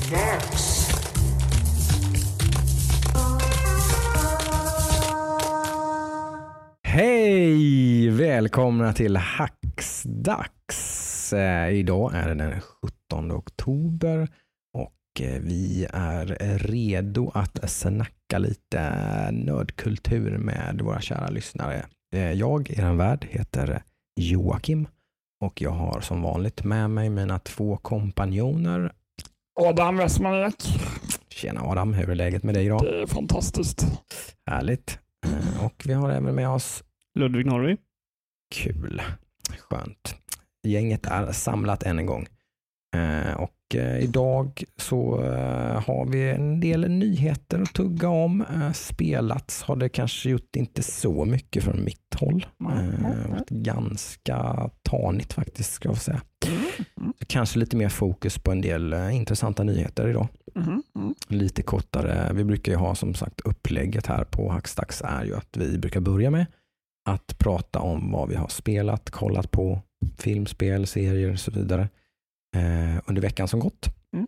Hacksdags! Hej! Välkomna till Hacksdags. Idag är det den 17 oktober och vi är redo att snacka lite nördkultur med våra kära lyssnare. Jag, er värd, heter Joakim och jag har som vanligt med mig mina två kompanjoner. Adam Westmanek. Tjena Adam, hur är läget med dig idag? Det är fantastiskt. Härligt. Och vi har även med oss Ludvig Norrby. Kul. Skönt. Gänget är samlat än en gång. Och idag så har vi en del nyheter att tugga om. Spelats har det kanske gjort inte så mycket från mitt håll. Ganska tanigt faktiskt, ska jag säga. Kanske lite mer fokus på en del intressanta nyheter idag. Lite kortare. Vi brukar ju ha som sagt upplägget här på Hacksdags är ju att vi brukar börja med att prata om vad vi har spelat, kollat på, filmspel, serier och så vidare under veckan som gått.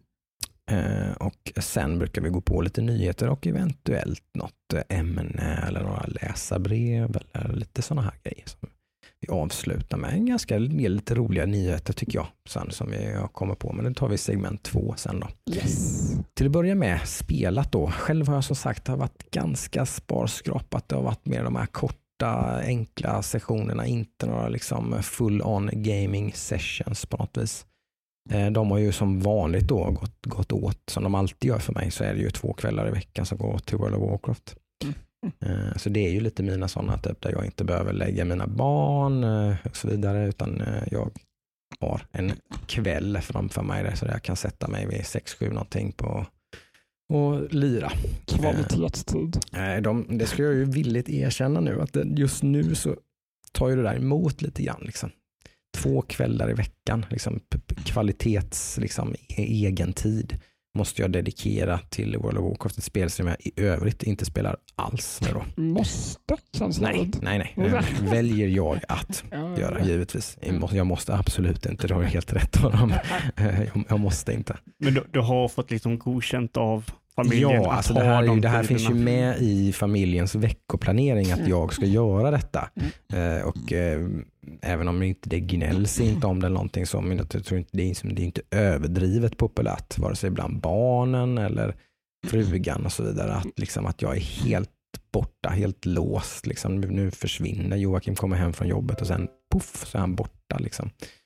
Och sen brukar vi gå på lite nyheter och eventuellt något ämne eller några läsarbrev eller lite sådana här grejer som vi avslutar med. En ganska lite roliga nyheter tycker jag sen som vi kommer på, men det tar vi segment 2 sen då. Yes. Till att börja med spelat då. Själv har jag som sagt varit ganska sparskrapat. Det har varit mer de här korta, enkla sessionerna, inte några liksom full on gaming sessions på något vis. De har ju som vanligt då gått åt, som de alltid gör för mig, så är det ju 2 kvällar i veckan som går till World of Warcraft. Så det är ju lite mina sådana typ där jag inte behöver lägga mina barn och så vidare, utan jag har en kväll framför mig där, så där jag kan sätta mig vid 6-7 någonting på och lira. Kvalitetstid. Det ska jag ju villigt erkänna nu, att just nu så tar ju det där emot lite grann liksom. 2 kvällar i veckan, liksom kvalitets liksom egen tid måste jag dedikera till World of Warcraft, ett spel som jag i övrigt inte spelar alls nu då. Måste känns det. Nej. Väljer jag att göra, givetvis. Jag måste absolut inte, det har helt rätt av jag måste inte. Men du har fått liksom godkänt av familjen? Ja, alltså det här finns ju med i familjens veckoplanering att jag ska göra detta. Och även om det inte gnälls inte om det eller någonting så, men jag tror inte det är inte överdrivet populärt vare sig bland barnen eller frugan och så vidare, att jag är helt borta, helt låst liksom. Nu försvinner Joakim, kommer hem från jobbet och sen puff så är han borta liksom.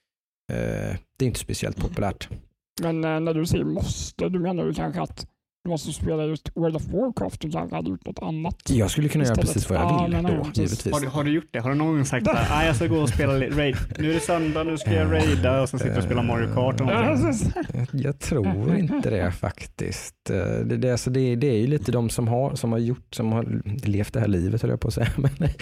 Det är inte speciellt populärt. Men när du säger måste, du menar ju kanske att du måste spela just World of Warcraft och kanske hade gjort något annat. Jag skulle kunna göra precis vad jag vill då, givetvis. Har du gjort det? Har du någon gång sagt att jag ska gå och spela raid? Nu är det söndag, nu ska jag raida och sen sitta och spela Mario Kart och jag tror inte det faktiskt. Det är ju lite de som har levt det här livet, höll jag på att säga.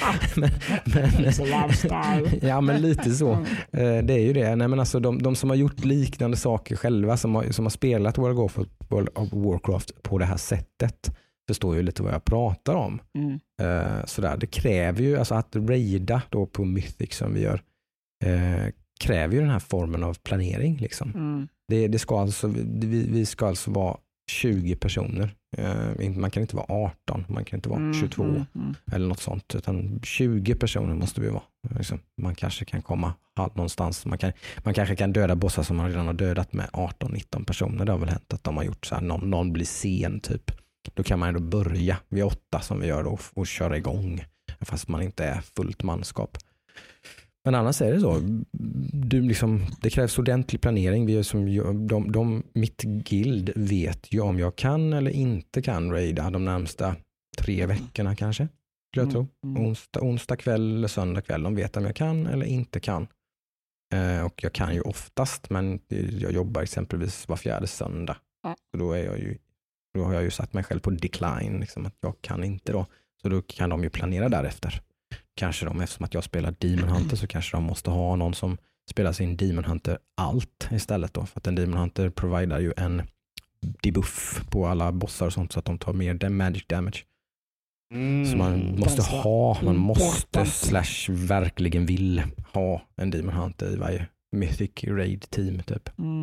Ja, men lite så. Det är ju det. Nej, men alltså de som har gjort liknande saker själva, som har spelat World of Warcraft på det här sättet, förstår ju lite vad jag pratar om. Sådär, det kräver ju alltså att raida då på Mythic som vi gör, kräver ju den här formen av planering liksom. Det ska alltså, vi ska alltså vara 20 personer. Man kan inte vara 18, man kan inte vara 22 eller något sånt, utan 20 personer måste vi vara. Liksom, man kanske kan komma någonstans. Man kanske kan döda bossar som man redan har dödat med 18-19 personer. Det har väl hänt att de har gjort så här, någon blir sen typ. Då kan man ändå börja vid 8 som vi gör då och köra igång fast man inte är fullt manskap. Men annars är det så. Det krävs ordentlig planering. Vi är som mitt guild vet ju om jag kan eller inte kan raida de närmsta 3 veckorna kanske. Jag tror. Onsdag kväll eller söndag kväll. De vet om jag kan eller inte kan. Och jag kan ju oftast, men jag jobbar exempelvis var 4:e söndag. Så då har jag ju satt mig själv på decline. Liksom, att jag kan inte då. Så då kan de ju planera därefter. Kanske eftersom att jag spelar Demon Hunter så kanske de måste ha någon som spelar sin Demon Hunter allt istället då. För att en Demon Hunter providar ju en debuff på alla bossar och sånt så att de tar mer magic damage. Så man måste verkligen vill ha en Demon Hunter i varje Mythic Raid team typ.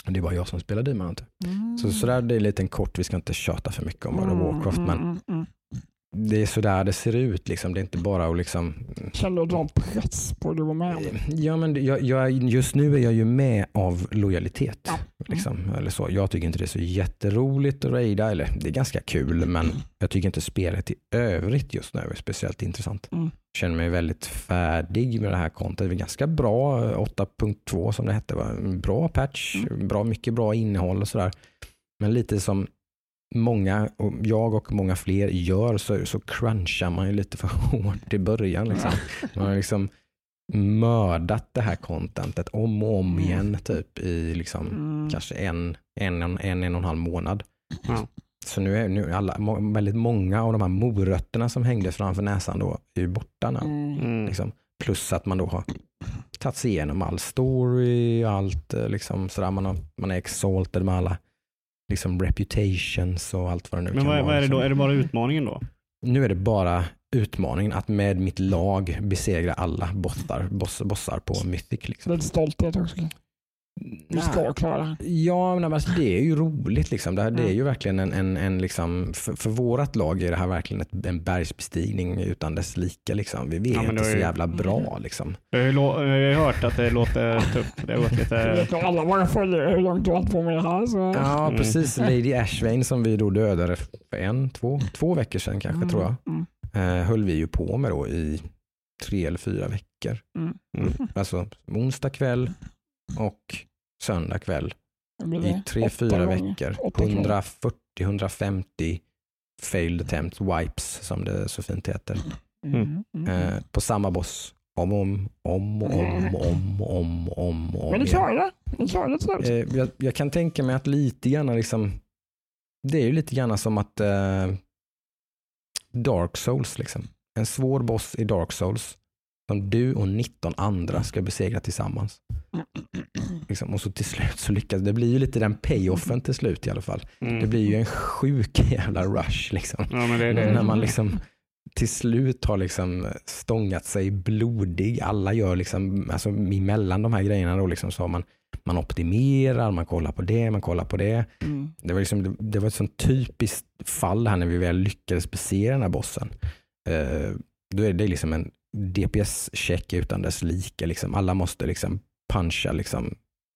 Det är bara jag som spelar Demon Hunter. Så där, det är lite en kort, vi ska inte köta för mycket om World of Warcraft, men det är så där det ser ut liksom. Det är inte bara att liksom... Känner du en press på att vara med? Ja, men just nu är jag ju med av lojalitet. Liksom, eller så. Jag tycker inte det är så jätteroligt att raida, eller det är ganska kul, men jag tycker inte spelet i övrigt just nu är speciellt intressant. Jag känner mig väldigt färdig med det här kontot. Det är ganska bra, 8.2 som det hette, var en bra patch, mycket bra innehåll och sådär. Men lite som många, och jag och många fler gör, så crunchar man ju lite för hårt i början. Liksom. Man har liksom mördat det här contentet om och om igen typ i liksom kanske en och en halv månad. Så nu är väldigt många av de här morötterna som hängde framför näsan då är ju borta nu. Liksom. Plus att man då har tagit sig igenom all story och allt liksom sådär, man är exalted med alla liksom reputations och allt vad det nu men kan vara. Men vad är det då? Är det bara utmaningen då? Nu är det bara utmaningen att med mitt lag besegra alla bossar på Mythic. Liksom. Lite stolthet också. Du ska klara. Ja, men alltså, det är ju roligt. Liksom. Det är ju verkligen en liksom, för vårat lag är det här verkligen en bergsbestigning utan dess lika. Liksom. Vi är inte så jävla bra. Liksom. Jag har hört att det låter tufft. Det har gått lite... Alla våra följare hur långt du har på med det här. Så... Ja, precis. Lady Ashvane som vi då dödade för 2 veckor sedan kanske tror jag. Höll vi ju på med då i 3 eller 4 veckor. Alltså onsdag kväll och söndag kväll i 3-4 veckor. 140-150 failed attempt wipes som det så fint heter. På samma boss. Om. Men du klarar det. Jag kan tänka mig att lite grann liksom, det är ju lite grann som att Dark Souls liksom. En svår boss i Dark Souls som du och 19 andra ska besegra tillsammans. Liksom, och så till slut så lyckas det. Blir ju lite den payoffen till slut i alla fall. Det blir ju en sjuk jävla rush liksom. Ja, men det. När man liksom till slut har liksom stångat sig blodig. Alla gör liksom, alltså emellan de här grejerna då liksom, så har man optimerar, man kollar på det. Det var liksom, det var ett sånt typiskt fall här när vi väl lyckades besegra den här bossen. Då är det liksom en DPS-check utan dess like. Liksom. Alla måste liksom puncha liksom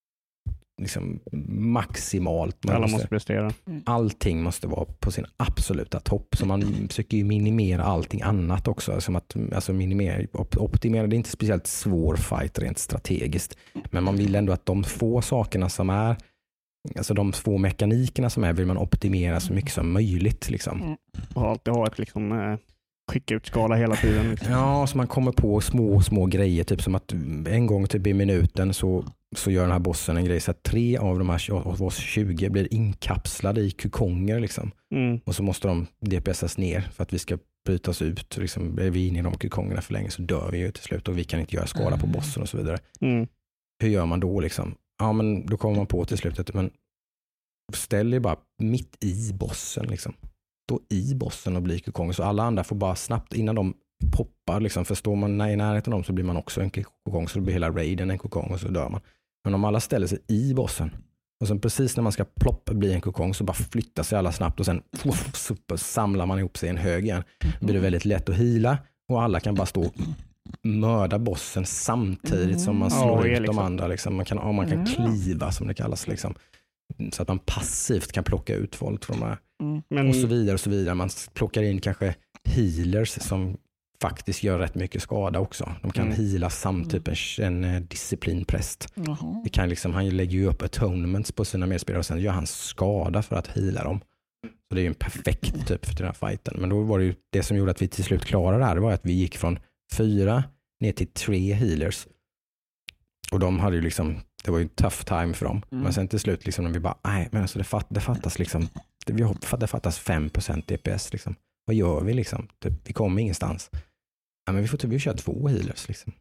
maximalt. Alla måste prestera. Allting måste vara på sin absoluta topp. Så man försöker ju minimera allting annat också. Som att, alltså optimera, det är inte speciellt svår fight rent strategiskt. Men man vill ändå att de få sakerna som är, alltså de två mekanikerna som är, vill man optimera så mycket som möjligt. Liksom. Och alltid ha ett liksom... skicka ut skala hela tiden. Liksom. Ja, så man kommer på små grejer. Typ som att en gång typ i minuten så gör den här bossen en grej så att 3 av de här av oss 20 blir inkapslade i kukonger. Liksom. Och så måste de DPSas ner för att vi ska bryta oss ut. Liksom, är vi inne i de kukongerna för länge så dör vi ju till slut och vi kan inte göra skada på bossen och så vidare. Hur gör man då liksom? Ja, men då kommer man på till slutet, men ställ er bara mitt i bossen liksom. I bossen och blir kukong, så alla andra får bara snabbt innan de poppar liksom, för står man i närheten av dem så blir man också en kukong, så då blir hela raiden en kukong och så dör man. Men om alla ställer sig i bossen och sen precis när man ska ploppa bli en kukong så bara flyttar sig alla snabbt och sen så samlar man ihop sig i en hög igen. Då blir det väldigt lätt att heala och alla kan bara stå och mörda bossen samtidigt som man slår ut de andra liksom. Man kan kliva som det kallas liksom. Så att man passivt kan plocka ut folk från de här. Och så vidare och så vidare. Man plockar in kanske healers som faktiskt gör rätt mycket skada också. De kan heala typ en disciplinpräst. Det kan liksom, han lägger ju upp atonements på sina medspelare och sen gör han skada för att heala dem. Så det är ju en perfekt typ för den här fighten. Men då var det ju det som gjorde att vi till slut klarade det här. Det var att vi gick från 4 ner till 3 healers. Och de hade ju liksom, det var ju en tough time för dem. Men sen till slut liksom när vi bara, nej men alltså det fattas liksom, det fattas 5% DPS liksom. Vad gör vi liksom? Typ, vi kommer ingenstans. Ja, men vi får typ köra 2 healers liksom.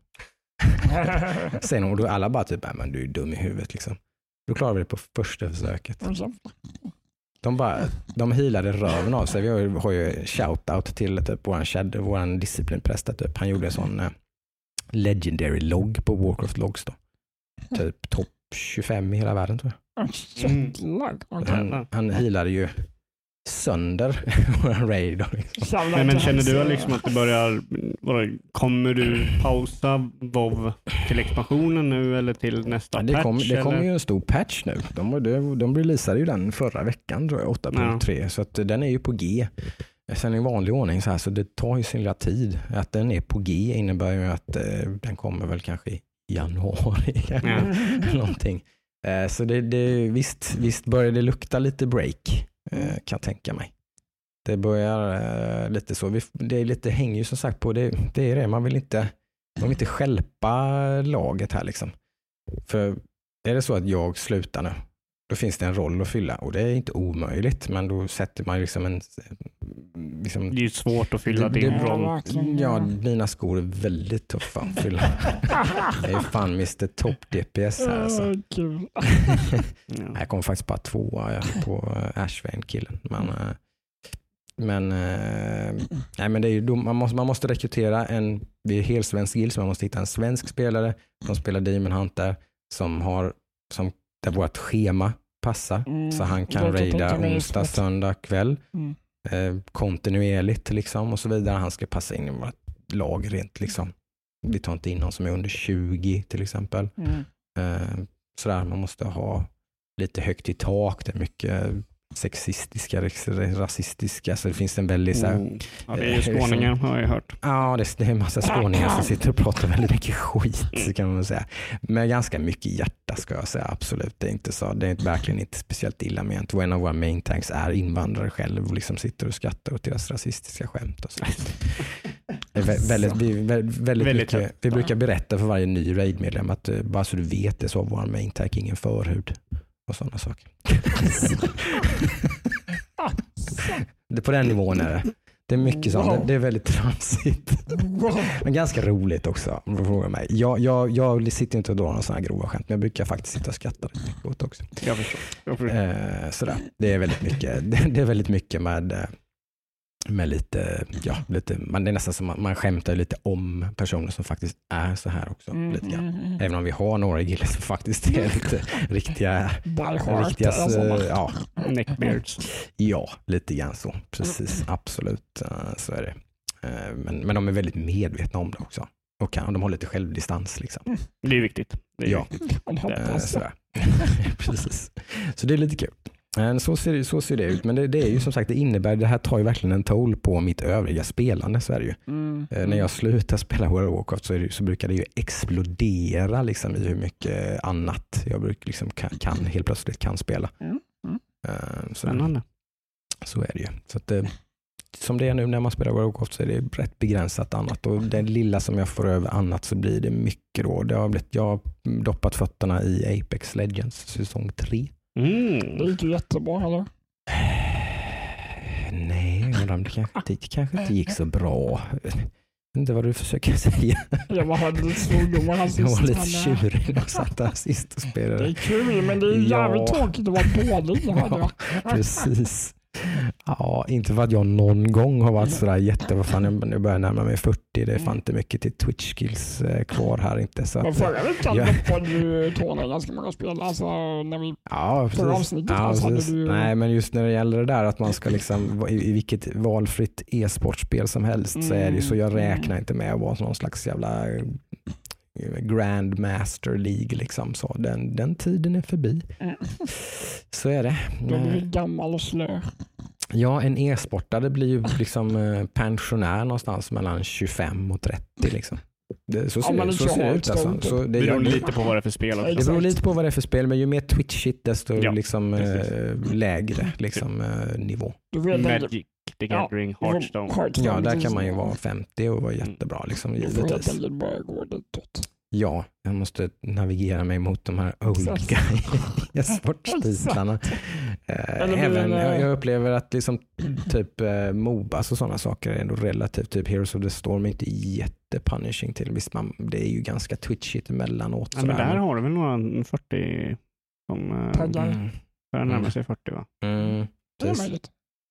Sen och då alla bara typ, men du är dum i huvudet liksom. Då klarar vi det på första försöket. De healade röven av sig. Vi har ju shoutout till typ våran disciplinpräst typ. Han gjorde en sån legendary log på Warcraft logs då. Typ topp 25 i hela världen tror jag. Jävlar. Okay. Han healade ju sönder våran raid då, liksom. Men känner du liksom att det kommer du pausa WoW till expansionen nu eller till nästa det patch? Det kommer ju en stor patch nu. De releasade ju den förra veckan tror jag, 8.3, så att den är ju på G. Sen i vanlig ordning så här, så det tar ju sin lilla tid. Att den är på G innebär ju att den kommer väl kanske i januari eller någonting. Så visst börjar det lukta lite break, kan jag tänka mig. Det börjar lite så. Det hänger ju som sagt på det är det. Man vill inte stjälpa laget här liksom. För är det så att jag slutar nu, då finns det en roll att fylla och det är inte omöjligt, men då sätter man liksom det är ju svårt att fylla din roll. Ja, mina skor är väldigt tuffa att fylla. Jag är fan Mr. Top DPS här alltså. Jag kom faktiskt bara 2 på Ashvane-killen. Men det är ju, man måste rekrytera vi är helt svensk guild, så man måste hitta en svensk spelare som spelar Demon Hunter där vårt schema passar, så han kan raida onsdag, söndag kväll kontinuerligt liksom, och så vidare. Han ska passa in i vårt lag rent liksom. Vi tar inte in någon som är under 20 till exempel. Sådär, man måste ha lite högt i tak. Det är mycket sexistiska, rasistiska, så det finns en väldigt så här, ja, det är ju skåningar har jag hört. Ja, det är en massa skåningar som sitter och pratar väldigt mycket skit, så kan man säga. Men ganska mycket hjärta ska jag säga, absolut. Det är inte så, det är verkligen inte speciellt illa ment. En av våra main tanks är invandrare själv och liksom sitter och skrattar åt deras rasistiska skämt och så. Väldigt mycket. Vi brukar berätta för varje ny raid-medlem att bara så du vet det, så har vår main tank ingen förhud och sådana saker. Det på den nivån är det. Det är mycket sånt. Det är väldigt tramsigt. Men ganska roligt också. Mig. Jag sitter inte och drar några sådana grova skämt, men jag brukar faktiskt sitta och skratta lite mycket åt också. Jag förstår. Sådär. Det är väldigt mycket med lite, det är nästan som man skämtar lite om personer som faktiskt är så här också, lite grann. Även om vi har några gillar som faktiskt är lite riktiga neckbeards. Ja, lite grann så. Precis, absolut. Så är det. Men de är väldigt medvetna om det också. Och de har lite självdistans liksom. Det är viktigt. Sådär. Precis. Så det är lite kul. Så ser det ut, men det är ju som sagt, det här tar ju verkligen en toll på mitt övriga spelande, så är det ju. När jag slutar spela World of Warcraft så brukar det ju explodera liksom i hur mycket annat jag brukar liksom helt plötsligt kan spela. Spännande. Så är det ju. Så att som det är nu när man spelar World of Warcraft så är det rätt begränsat annat, och det lilla som jag får över annat så blir det mycket då. Jag har doppat fötterna i Apex Legends säsong 3. Det gick ju jättebra, eller? Nej, Adam, det kanske inte gick så bra. Jag vet inte vad du försöker säga. Jag var lite svordomar sist. Jag var lite tjurig när jag satt där sist och spelade. Det är kul, men det är jävligt tråkigt att vara dålig. Ja, precis. Ja, inte för att jag någon gång har varit sådär vad fan, jag börjar närma mig 40, det är fan inte mycket till Twitch skills kvar här inte. Så men förra veckan hoppade du tårna ganska många spel, alltså när vi förra avsnittet hade du... Nej, men just när det gäller det där att man ska liksom i vilket valfritt e-sportspel som helst så är det så, jag räknar inte med att vara någon slags jävla Grandmaster League liksom, så den tiden är förbi. Så är det. Då blir gammal och slö. Ja, en e-sportare blir ju liksom pensionär någonstans mellan 25 och 30 liksom. Så ser det ut alltså. Det beror lite på vad det är för spel också. Det beror lite på vad det är för spel, men ju mer Twitch-shit desto liksom lägre liksom nivå. Magic, The Gathering, Hearthstone. Ja, där kan man ju vara 50 och vara jättebra liksom, givetvis. Ja, jag måste navigera mig mot de här old guy sportstitlarna. Även jag upplever att liksom typ MOBAs och sådana saker är ändå relativt, typ Heroes of the Storm är inte jättepunishing till. Visst, det är ju ganska twitchigt emellanåt. Ja, men där har du väl några 40 som börjar närma sig 40, va?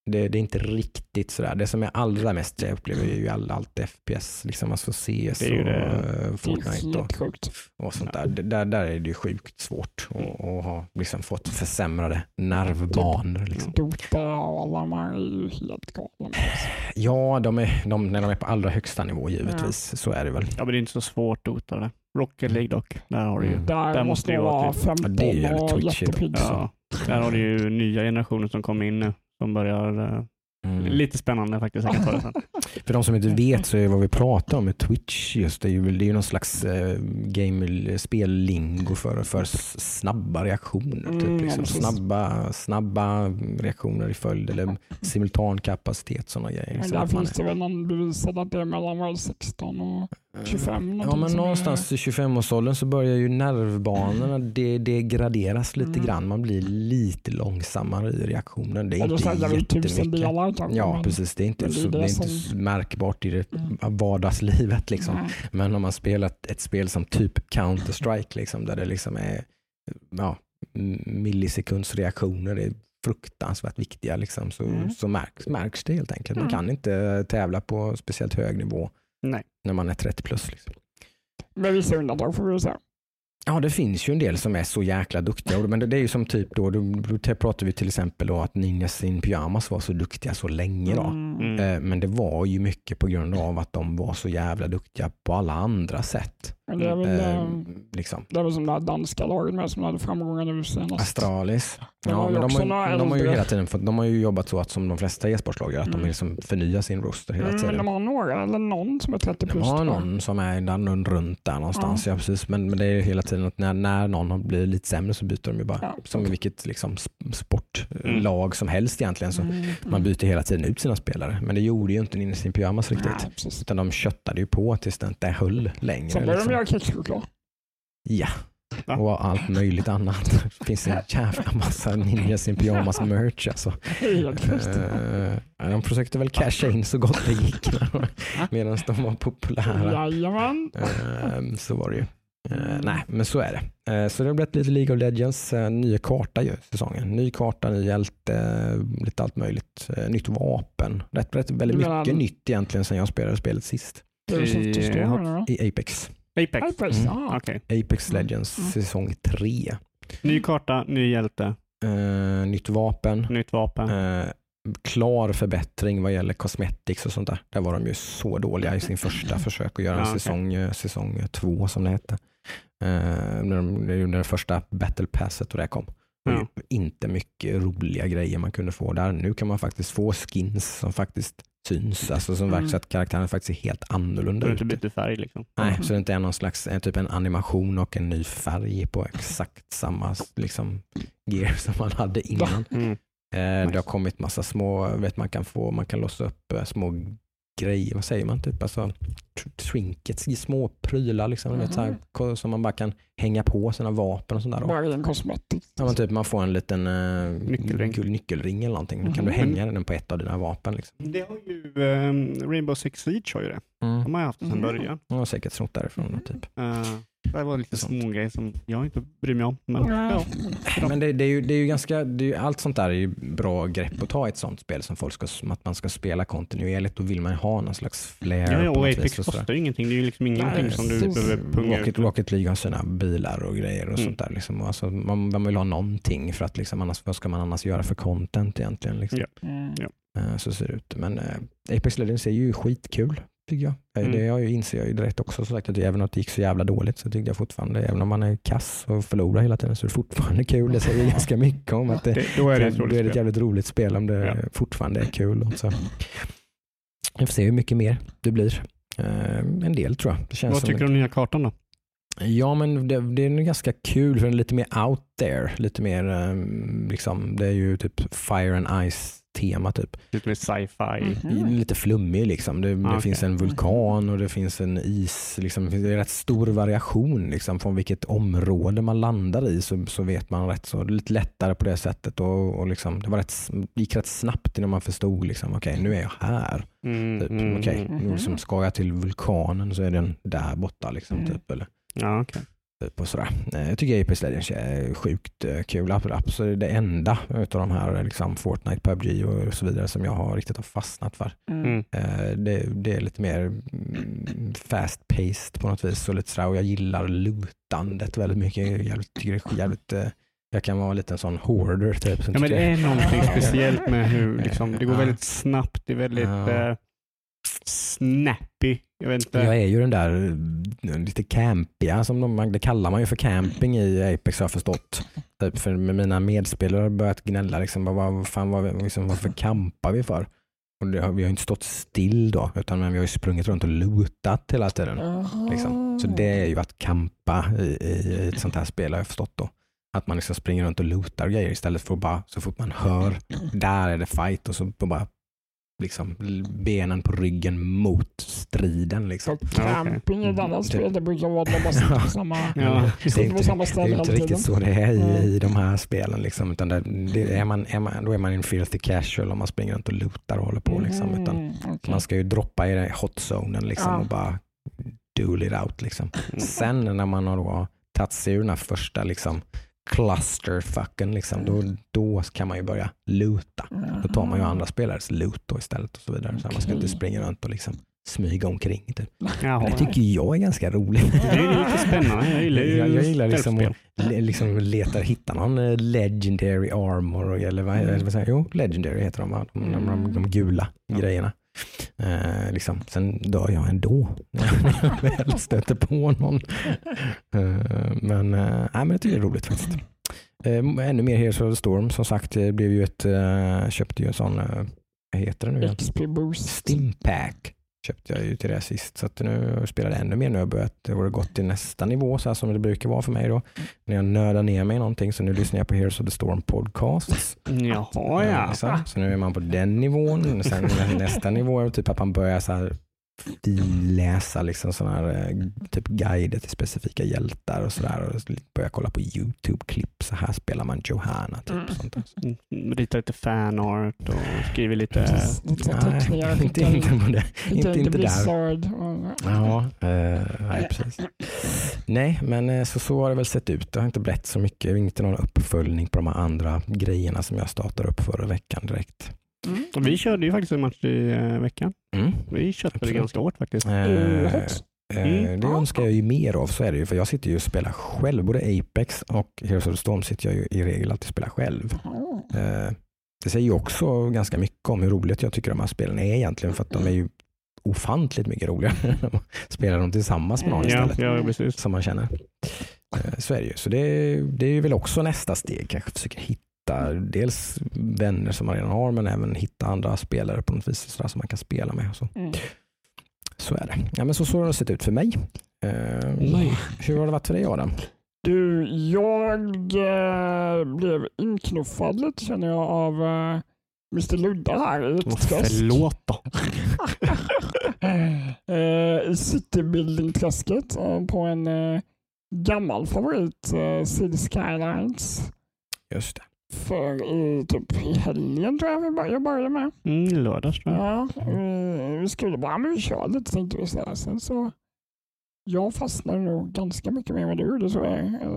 Det är inte riktigt sådär. Det som är allra mest jag upplever är ju allt FPS, liksom alltså CS Det är ju och Fortnite och sånt där. Där är det ju sjukt svårt att ha liksom fått försämrade nervbanor. Liksom. Dota och alla de är ju helt galna. Ja, när de är på allra högsta nivå givetvis, så är det väl. Ja, men det är inte så svårt Dota det. Rocket League dock. Där har du ju. Där måste det vara 15 det är ju och jättepigg. Ja, där har du ju nya generationer som kommer in nu. Som börjar lite spännande faktiskt. Jag kan ta det sen. För de som inte vet så är vad vi pratar om med Twitch just det är ju någon slags spellingo för snabba reaktioner typ, liksom. snabba reaktioner i följd eller simultankapacitet, sådana grejer. Men där finns det väl någon bevisad att det är mellan 16 och 25. Ja, men någonstans i 25-årsåldern så börjar ju nervbanorna det graderas lite grann. Man blir lite långsammare i reaktionen. Det är inte jättemycket. Ja, precis. Det är inte så märkbart i det vardagslivet liksom. Men om man spelar ett spel som typ Counter-Strike liksom, där det liksom är millisekundsreaktioner är fruktansvärt viktiga liksom, så märks det helt enkelt. Man kan inte tävla på speciellt hög nivå. Nej. När man är 30 plus. Liksom. Men vissa undantag får vi säga. Ja, det finns ju en del som är så jäkla duktiga. Men det är ju som typ då pratar vi till exempel då att Ninjas in Pyjamas var så duktiga så länge då. Men det var ju mycket på grund av att de var så jävla duktiga på alla andra sätt. Men det är väl liksom. Det är väl som det här danska laget med som hade framgångar nu senast. Astralis. Ja, men de har ju hela tiden de har ju jobbat så att som de flesta e-sportslag gör, att de liksom förnyar sin roster hela tiden. Men de har några eller någon som är 30 plus. De har någon som är runt där någonstans. Ja, precis. Men det är hela tiden att när någon blir lite sämre så byter de ju bara. Som i vilket liksom sportlag som helst egentligen. Så man byter hela tiden ut sina spelare. Men det gjorde ju inte Ninjas in Pyjamas riktigt. Utan de köttade ju på tills det inte höll längre. Så började de göra kexchoklad. Ja. Och allt möjligt annat. Det finns en jävla massa Ninjas in Pyjamas merch alltså. De försökte väl casha in så gott det gick medan de var populära. Jajamän. Så var det ju. Nej, men så är det. Så det har blivit lite League of Legends, nya karta ju säsongen. Ny karta, ny hjälte, lite allt möjligt. Nytt vapen. Väldigt mycket nytt egentligen sen jag spelade spelet sist. I Apex. Okay. Apex Legends säsong 3. Ny karta, ny hjälte. Nytt vapen. Klar förbättring vad gäller cosmetics och sånt där. Där var de ju så dåliga i sin första försök att göra en säsong 2 som det hette. När det första battle passet och det kom. Inte mycket roliga grejer man kunde få där. Nu kan man faktiskt få skins som faktiskt syns, alltså som verkar så att karaktären faktiskt är helt annorlunda. Det är inte byter färg liksom. Nej, så det inte är någon slags typ en animation och en ny färg på exakt samma liksom gear som man hade innan. Det har kommit massa små, man kan låsa upp små grejer, vad säger man typ, alltså trinkets, små prylar liksom, vet, så här, som man bara kan hänga på sina vapen och sådär. Bara en kosmetik. Ja, typ man får en liten nyckelring eller någonting. Då kan du hänga den på ett av dina vapen liksom. Det har ju Rainbow Six Siege har ju det. De har haft det sedan början. Jag har säkert snott därifrån typ. Det var lite små grejer som jag inte bryr mig om. Men det är ju ganska, allt sånt där är ju bra grepp att ta i ett sånt spel som folk att man ska spela kontinuerligt. Då vill man ha någon slags flair. Ja, och Apex kostar ingenting. Det är ju liksom ingenting som du behöver punga ut. Rocket League har sina bilar och grejer och sånt där. Liksom. Alltså, man vill ha någonting för att liksom, annars, vad ska man annars göra för content egentligen? Liksom. Så ser det ut. Men Apex Legends är ju skitkul. Tycker jag. Det inser jag ju direkt också, så sagt att även om det gick så jävla dåligt så tycker jag fortfarande, även om man är kass och förlorar hela tiden, så är det fortfarande kul. Det säger ganska mycket om att då är det ett jävligt roligt spel om det fortfarande är kul. Också. Jag får se hur mycket mer det blir. En del tror jag. Det känns vad tycker du om nya kartan då? Ja, men det är ganska kul för den är lite mer out there. Lite mer liksom, det är ju typ Fire and Ice tema typ. Lite mer sci-fi. Lite flummig liksom. Det finns en vulkan och det finns en is. Liksom. Det är rätt stor variation liksom, från vilket område man landar i, så vet man rätt så. Lite lättare på det sättet och liksom, gick rätt snabbt innan man förstod liksom, okej, nu är jag här. Typ. Nu liksom, ska jag till vulkanen så är den där borta liksom, typ, eller? Ja, okej. Typ och sådär. Jag tycker Apex Legends är sjukt kul. Absolut det enda utav de här liksom Fortnite, PUBG och så vidare som jag har riktigt har fastnat för. Det är lite mer fast-paced på något vis och lite sådär, och jag gillar lootandet väldigt mycket. Jag tycker det är jävligt jag kan vara lite en sån hoarder typ. Ja, men det är någonting speciellt med hur liksom, det går väldigt snabbt, det är väldigt snappy. Jag är ju den där lite campiga som det kallar man ju för camping i Apex har jag förstått. Typ för med mina medspelare har börjat gnälla liksom, varför campar vi för? Och vi har ju inte stått still då, utan vi har ju sprungit runt och lootat hela tiden. Liksom. Så det är ju att campa i ett sånt här spel har jag förstått då. Att man liksom springer runt och lootar grejer istället för att bara, så fort man hör, där är det fight och så bara liksom benen på ryggen mot striden liksom. Camping i denna spel, det brukar vara att man sitter på samma, samma ställe. Det är inte riktigt så det är i de här spelen liksom, utan då är man en filthy casual om man springer runt och lootar och håller på liksom, utan man ska ju droppa i den hot zonen liksom och bara duel it out liksom. Sen när man har då tagit sig ur den här första liksom clusterfucken liksom, då kan man ju börja loota. Då tar man ju andra spelares loot då istället och så vidare. Så man ska inte springa runt och liksom smyga omkring. Typ. Det tycker jag är ganska roligt. Det är lite spännande. Jag gillar liksom att hitta någon legendary armor eller vad säger jag? Jo, legendary heter de gula grejerna. Liksom. Sen dör jag ändå när jag väl stöter på någon. Men jag tycker det är roligt faktiskt. Ännu mer Heroes of the Storm som sagt, det blev ju köpte ju en sån vad heter det nu? XP Boost. Stimpack köpte jag ju till det sist, så att nu spelar det ännu mer. Nu har det har gått till nästa nivå så här som det brukar vara för mig då. När jag nördar ner mig i någonting, så nu lyssnar jag på Heroes of the Storm podcasts. Jaha, så nu är man på den nivån. Sen nästa nivå är typ att man börjar så här läsa liksom såna här typ guider till specifika hjältar och sådär, och börja kolla på YouTube-klipp. Så här spelar man Johanna typ sånt där. Rita lite fanart och skriver lite inte där. Nej, precis. Nej, men så har det väl sett ut. Det har inte blivit så mycket, inte någon uppföljning på de här andra grejerna som jag startade upp förra veckan direkt. Vi körde ju faktiskt en match i veckan. Vi köpte det ganska hårt faktiskt. Det önskar jag ju mer av, så är det ju. För jag sitter ju och spelar själv. Både Apex och Heroes of the Storm sitter jag ju i regel alltid och spelar själv. Det säger ju också ganska mycket om hur roligt jag tycker de här spelen är egentligen. För att de är ju ofantligt mycket roligare när man spelar dem tillsammans med någon istället. Ja, precis. Som man känner. Så är det ju. Så det är ju väl också nästa steg. Kanske försöka hitta dels vänner som man redan har, men även hitta andra spelare på något vis så som man kan spela med. Så är det. Ja, men så har det sett ut för mig. Hur har det varit för dig, Adam? Du, jag blev inknuffad lite, känner jag, av Mr. Ludda här i ett träsk. Förlåt då. I citybuilding-träsket på en gammal favorit, City Skylines. Just det. För i helgen tror jag började med. Lördags tror jag. Ja, vi skulle bara, men vi kör lite, tänkte vi sådär. Sen så jag fastnade nog ganska mycket med vad du gjorde, så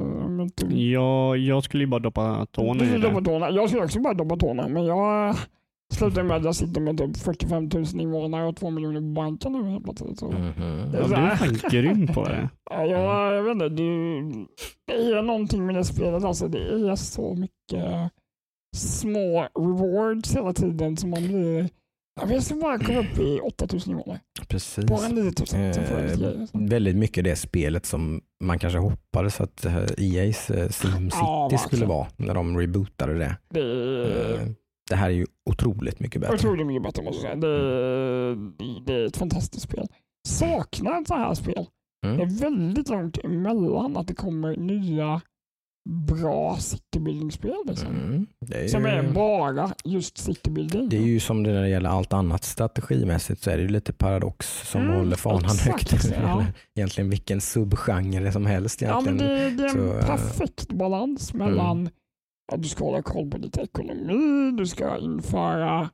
jag skulle ju bara doppa tårna i det. Jag skulle också bara doppa tårna, men jag slutade med att jag sitter med typ 45 000 invånare och 2 miljoner på banken nu helt plötsligt. Så. Du är fan grym på det. Jag vet inte, det är någonting med det spelet. Alltså, det är så mycket små rewards hela tiden som man blir. Jag ska bara komma upp i 8000 invånare. Precis. Bara en liten väldigt mycket det spelet som man kanske hoppades att EA's SimCity skulle vara när de rebootade det. Det här är ju otroligt mycket bättre. Otroligt mycket bättre, måste jag säga. Det är ett fantastiskt spel. Saknar ett så här spel. Det är väldigt långt emellan att det kommer nya bra citybuilding-spel. Liksom. Som är bara just citybuilding. Det är ju som det när det gäller allt annat strategimässigt, så är det ju lite paradox som håller fanan högt. Ja. Egentligen vilken subgenre som helst. Egentligen. Ja, men det är en perfekt balans mellan att du ska hålla koll på ditt ekonomi, du ska införa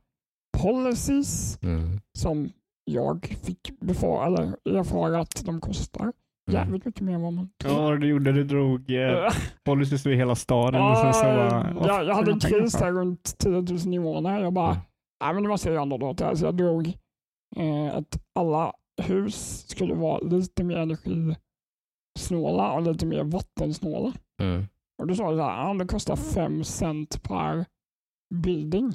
policies som jag fick erfara att de kostar. jävligt mycket mer än vad man tror. Ja, det gjorde du. Drog policys i hela staden. Och sen så jag hade en kris där runt 10 000 invånare. Jag bara, nej men det måste jag göra något åt det här. Så jag drog att alla hus skulle vara lite mer energisnåla och lite mer vattensnåla. Och då sa det så här, det kostar 5 cent per building.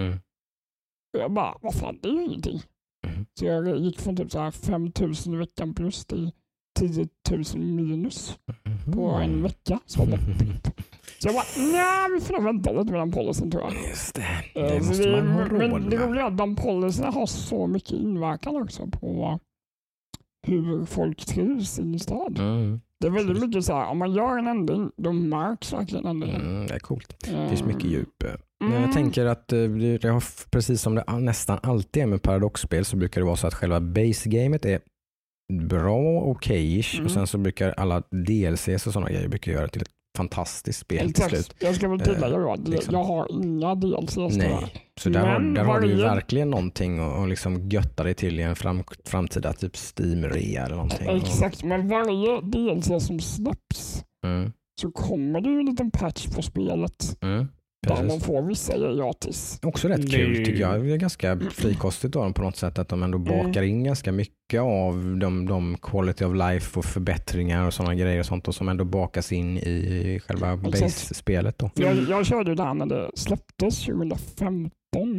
Och jag bara, vad fan, det är ju ingenting. Så jag gick från typ så här 5 000 i veckan plus till 10 000 minus på en vecka. Så jag bara, nej, vi får nog vänta lite med den policyn tror jag. Just det, det måste man ha råd med. Men det roliga är att de policyerna har så mycket inverkan också på hur folk trivs i stad. Det är väldigt mycket så här, om man gör en ändring, då märks verkligen ändringen. Det är coolt. Det finns mycket djup. Jag tänker att det har, precis som det nästan alltid är med paradoxspel, så brukar det vara så att själva base-gamet är bra, okej-ish, och sen så brukar alla DLCs och sådana grejer brukar göra till ett fantastiskt spel till slut. Jag ska väl tillägga då att liksom. Jag har inga DLCs. Nej, så där har du verkligen någonting och liksom götta dig till i en framtida typ Steam-rea eller någonting. Exakt, men varje DLC som släpps så kommer det ju en liten patch på spelet. Där man får vissa gratis. Också rätt kul tycker jag. Det är ganska frikostigt av dem på något sätt att de ändå bakar in ganska mycket av de quality of life och förbättringar och sådana grejer och sånt och som ändå bakas in i själva base-spelet då. Jag körde ju det här när det släpptes 2015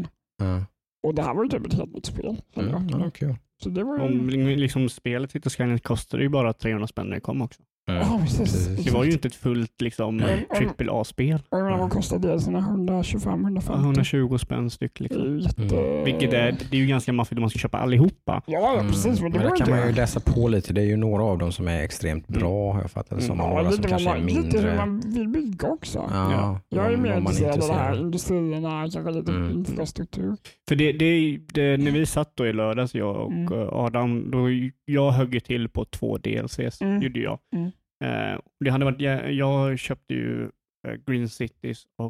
och det här var ju typ ett helt nytt spel. Kul. Så det var om liksom spelet Cities Skylines kostade ju bara 300 spänn när det kom också. Det var ju inte ett fullt liksom AAA-spel. Vad kostade det? 125-150? 120 spänn styck. Liksom. Vilket det är ju ganska maffigt om man ska köpa allihopa. Ja, precis. Men det kan man ju läsa på lite. Det är ju några av dem som är extremt bra, har jag fattat. Som några som kanske är mindre. Lite hur man vill bygga också. Jag är mer intresserad av det här. Industrierna, kanske lite infrastruktur. För det när vi satt då i lördags, jag och Adam, då jag högg till på 2 DLCs, gjorde jag. Det hade varit, jag köpte ju Green Cities och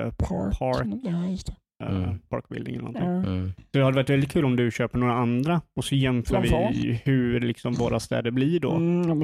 Park Building eller någonting. Så det hade varit väldigt kul om du köper några andra och så jämför vi hur liksom våra städer blir då.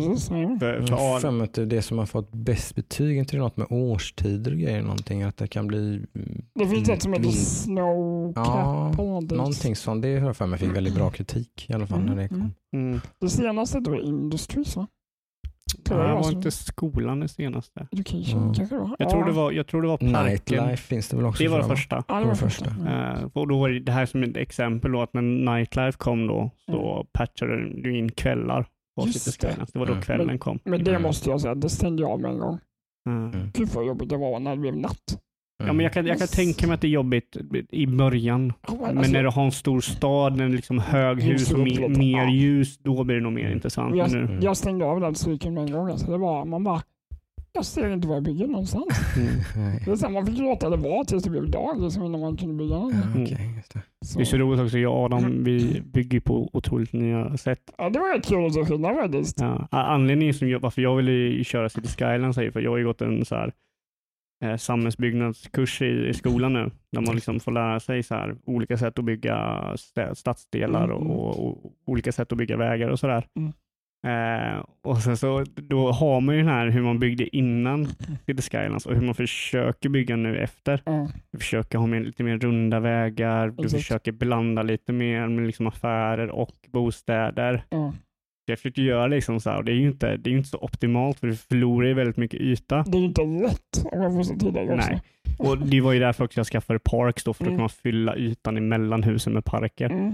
För det som har fått bäst betyg, inte det något med årstider och grejer, någonting att det kan bli det finns ett som heter Snow Cap någonting sånt. Det har för mig fick väldigt bra kritik i alla fall när det kom. Det senaste då är Industries, va? Det var inte skolan det senaste. Education kanske då? Jag tror det var parken. Nightlife finns det väl också. Det var det första. Ja, det var första. Och då var det här som ett exempel då, att när Nightlife kom då så patchade du in kvällar på Cities Skylines. Det var då kvällen kom. Men det måste jag säga, det stängde jag med en gång. Gud vad jobbigt det var när det blev natt. Ja, men jag kan tänka mig att det är jobbigt i början. Men när du har en stor stad, en liksom höghus och mer ljus, då blir det nog mer intressant. Jag stängde av den cykeln med en gång. Alltså det var, man bara, jag ser inte vad jag bygger någonstans. Det är så, man fick låta det vara tills det blev dag liksom, innan man kunde bygga någonting. Det är så roligt också, jag och Adam, vi bygger på otroligt nya sätt. Ja, det var ett kul att se skillnad faktiskt. Anledningen som varför jag ville köra Cities Skylines är för jag har ju gått en så här samhällsbyggnadskurs i skolan nu, där man liksom får lära sig så här olika sätt att bygga stadsdelar och olika sätt att bygga vägar och sådär. Och sen så då har man ju den här hur man byggde innan Cities Skylines och hur man försöker bygga nu efter. Du försöker ha med lite mer runda vägar, du försöker blanda lite mer med liksom affärer och bostäder. Jag försöker göra liksom så här, och det är ju inte så optimalt för du förlorar ju väldigt mycket yta. Det är ju inte lätt om jag får så tillägg också. Nej. Och det var ju därför också jag skaffade Parks då, för då kan man fylla ytan emellan husen med parker.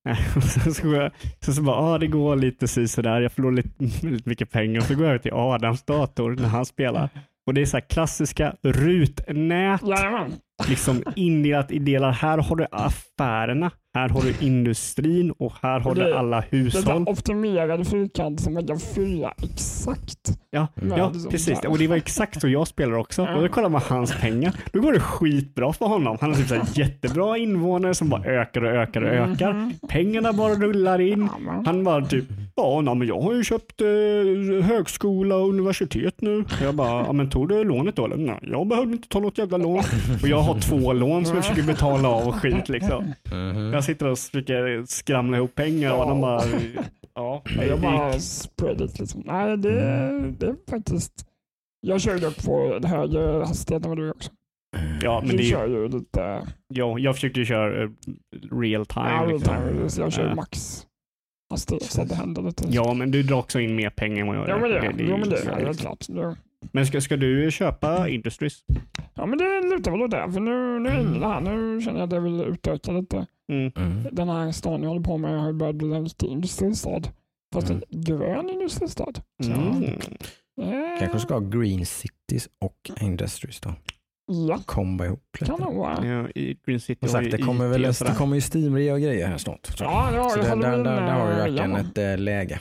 Så bara, det går lite sådär. Jag förlorar lite mycket pengar och så går jag över till Adams dator när han spelar. Och det är så här klassiska rutnät. Liksom indelat i delar. Här har du affärerna, här har du industrin och här har du alla hushåll. Det är optimerade fyrkant som jag fyller exakt. Ja, precis. Och det var exakt så jag spelar också. Och då kollar man hans pengar. Då går det skitbra för honom. Han har typ så här jättebra invånare som bara ökar och ökar och ökar. Pengarna bara rullar in. Han bara typ, men jag har ju köpt högskola och universitet nu. Jag bara, men tog du lånet då? Eller? Nej, jag behövde inte ta något jävla lån. Och jag har 2 lån som jag försöker betala av och skit liksom. Jag sitter och försöker skramla ihop pengar och de bara Ja. Jag bara spread it liksom. Nej, det är faktiskt... Jag kör dock på den högre hastigheten än vad du också. Ja, men du kör ju lite... Ja, jag försökte ju köra real time. Ja, liksom. real time. Så jag kör max hastighet så det händer lite. Ja, men du drar också in mer pengar än vad jag gör. Ja, men det är helt klart. Men ska du köpa Industries? Ja, men det lutar väl åt det. För nu är det här. Nu känner jag att jag vill utöka lite. Den här stan jag håller på med har börjat bli en riktig industristad. Fast en grön industristad. Kanske ska ha Green Cities och Industries då. Ja. Komba ihop lite. Kan det vara. Ja, i Green City sagt, det kommer ju Steam-rea och grejer här snart. Ja, så där har vi verkligen ett läge.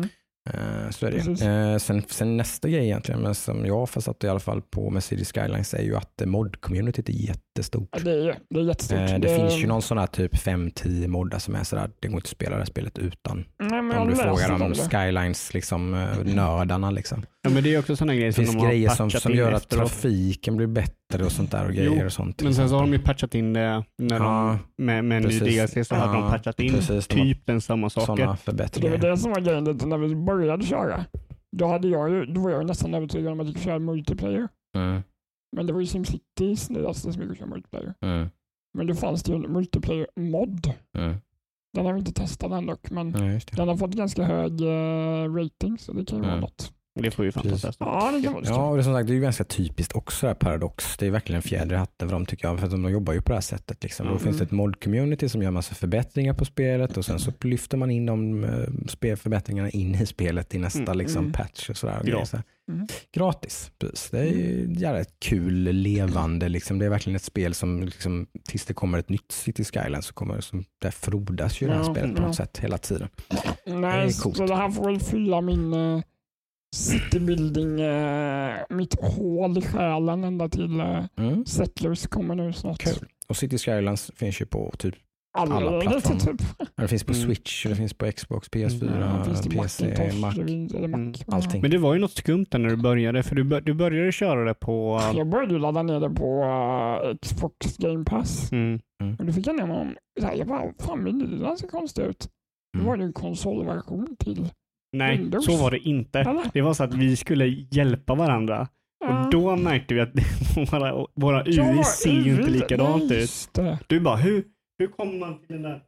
Så är det. Sen nästa grej egentligen, men som jag har försatt i alla fall på med City Skylines är ju att mod-communityt är jättestort. Ja, det är jättestort. Det finns ju någon sån här typ 5-10 moddar som är sådär, det går inte att spela det här spelet utan. Om du frågar om Skylines liksom, nördarna liksom. Ja, men det är också såna grejer som de har grejer patchat som gör att trafiken blir bättre och sånt där och grejer och sånt. Men sen så har de ju patchat in det när de, med en ny DLC så har de patchat in typ den samma saker. Sådana förbättringar. Det var det som var grejen lite när vi började köra. Då var jag nästan övertygad om att jag kunde köra multiplayer. Men det var ju SimCitys nyaste som jag kunde köra multiplayer. Men då fanns det ju en multiplayer-mod. Den har vi inte testat än dock, men den har fått ganska hög rating så det kan ju vara något. Det får ju fantastiskt testa. Ja, det kan vara och det är som sagt, det är ju ganska typiskt också det här Paradox. Det är verkligen en fjäder i hatten för dem tycker jag, för att de jobbar ju på det här sättet liksom. Då finns det ett mod-community som gör massa förbättringar på spelet och sen så lyfter man in de förbättringarna in i spelet i nästa liksom patch och sådär. Gratis, precis. Det är ju jävligt kul, levande liksom. Det är verkligen ett spel som liksom, tills det kommer ett nytt City Skylines så kommer det som, där frodas ju det här spelet på något sätt hela tiden. Nej, så det här får väl fylla min citybuilding, mitt hål i själen ända till Settlers kommer nu snart. Kul. Och City Skylines finns ju på typ alla plattformar. Typ. Det finns på Switch, det finns på Xbox, PS4, PC, Mac. Allting. Men det var ju något skumt där när du började, för du började köra det på... Jag började ladda ner det på Xbox Game Pass. Och då fick jag ner mig om, jag bara, fan menyn ser konstigt ut. Då var det en konsolversion till Nej, Windows. Så var det inte. Eller? Det var så att vi skulle hjälpa varandra. Och då märkte vi att våra UI ser ju inte likadant ut. Du bara, hur kommer man till den där?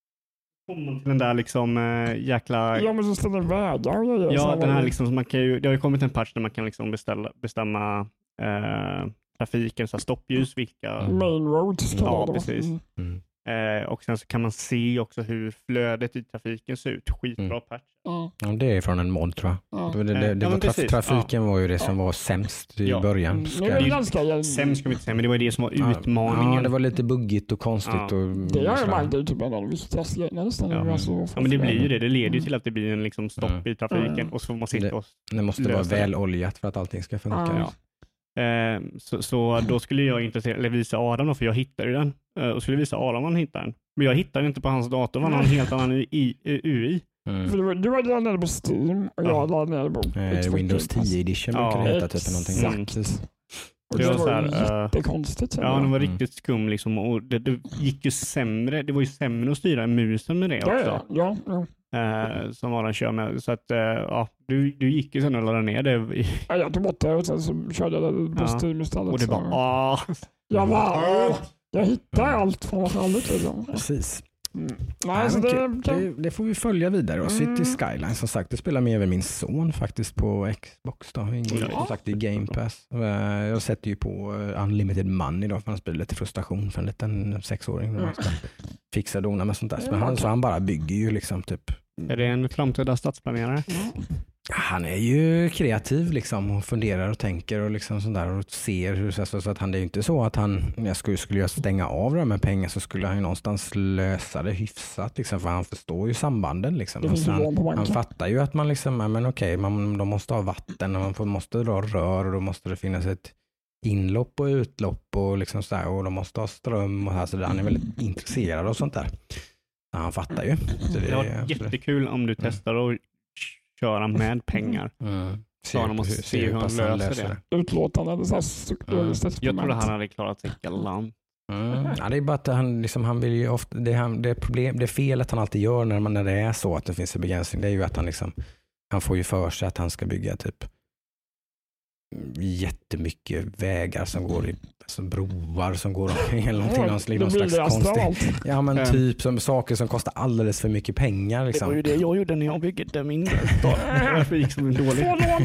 Liksom jäkla... Ja, men så ställer vägar och grejer. Ja, den här liksom, man kan ju, det har ju kommit en patch där man kan liksom bestämma trafiken, så stoppljus, vilka... Main roads. Ja, precis. Och sen så kan man se också hur flödet i trafiken ser ut. Skitbra patch. Ja, det är från en mod tror jag. Trafiken var ju det som var sämst i början. Sämst ska vi inte säga, men det var det som var utmaningen. Ja, det var lite buggigt och konstigt. Och det har ju märkt ut typ en av de viktigaste grejerna nästan. Ja, men det blir ju det. Det leder ju till att det blir en liksom stopp i trafiken och så får man sitta och det måste vara väl oljat för att allting ska funka. Så då skulle jag visa Adam, för jag hittade den. Och skulle visa Adam om han hittade den. Men jag hittade inte på hans dator, han har en helt annan UI. För du var där nere på Steam och jag var nere på Windows 10 edition brukar det heta typ någonting. Exakt. Och det var jättekonstigt. Ja, den var riktigt skum liksom, och det gick ju sämre. Det var ju sämre att styra musen med det också. Ja. Som Adam kör med. Så att du gick ju sen och laddade ner det. Jag tog bort det och sen så körde jag det på Steam istället. Och det bara jag hittar allt från vad fallet liksom. Precis. Nej, så det får vi följa vidare. Och City Skylines, som sagt, det spelar med även min son faktiskt på Xbox då. Som sagt i Game Pass. Jag sätter ju på Unlimited Money då, för han spelar lite frustration för en liten 6-åring när man ska fixa dona med sånt där. Men han bara bygger ju liksom typ. Är det en framtida stadsplanerare? Han är ju kreativ liksom och funderar och tänker och liksom sånt där och ser hur så att han, det är ju inte så att skulle jag stänga av det med pengar så skulle han ju någonstans lösa det hyfsat liksom, för han förstår ju sambanden liksom. Han fattar ju att man liksom, de måste ha vatten och man måste dra rör och då måste det finnas ett inlopp och utlopp och liksom så där, och de måste ha ström och här, så han är väldigt intresserad av sånt där. Han fattar ju. Så det var jättekul om du testar och köra med pengar. Så han måste se hur han löser det. Utlåtande. Jag trodde han hade klarat sig galant. Ja, det är bara att han vill ju ofta, det felet han alltid gör när det är så att det finns en begränsning, det är ju att han får ju för sig att han ska bygga typ jättemycket vägar som går i, alltså broar som går omkring eller någonting, någon slags konstigt. Ja, men typ som saker som kostar alldeles för mycket pengar liksom. Det var ju det jag gjorde när jag byggde min stad. Därför gick som en dålig.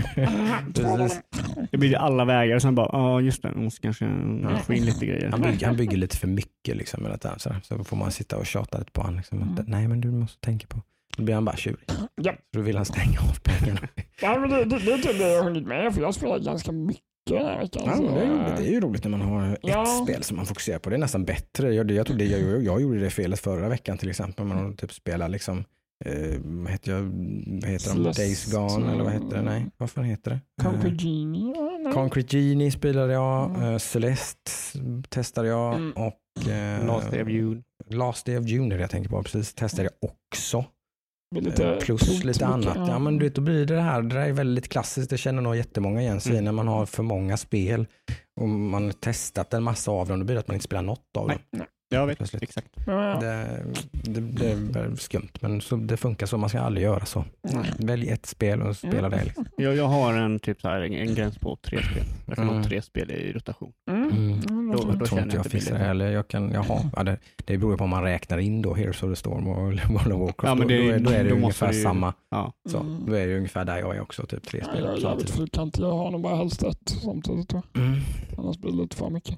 Det blir alla vägar och sen bara, just det, måste kanske få in lite grejer. Han bygger lite för mycket liksom, eller där, så får man sitta och tjata lite på han liksom. Nej, men du måste tänka på. Då blir han bara tjurig. Ja. Så då vill han stänga av pengarna. Ja, men det tycker jag har hunnit med, för jag spelar ganska mycket den här veckan. Ja, det är ju roligt när man har ett spel som man fokuserar på. Det är nästan bättre. Jag gjorde det felet förra veckan till exempel. Man typ spelar liksom vad heter de? Days Gone eller vad heter det? Nej, vad fan heter det? Concrete Genie spelade jag. Celeste testade jag och Last Day of June är det jag tänker på. Precis, testade jag också. Plus lite annat. Ja, men du vet, då blir det här. Det där är väldigt klassiskt. Det känner nog jättemånga igen sig när man har för många spel och man har testat en massa av dem. Då blir det att man inte spelar något av dem. Nej. Jag vet, plötsligt. Exakt. Det är skumt, men så, det funkar så. Man ska aldrig göra så. Välj ett spel och spela det. Liksom. Jag har en gräns på 3 spel. Jag kan ha 3 spel i rotation. Då tror inte jag fixar det heller. Det beror på om man räknar in då Heroes of the Storm och World of Warcraft. Ja, men då är det ungefär samma. Ja. Så, då är det ungefär där jag är också, typ 3 spel. Jag vet fyrkantigt, jag har nog bara helst ett samtidigt då. Annars blir det lite för mycket.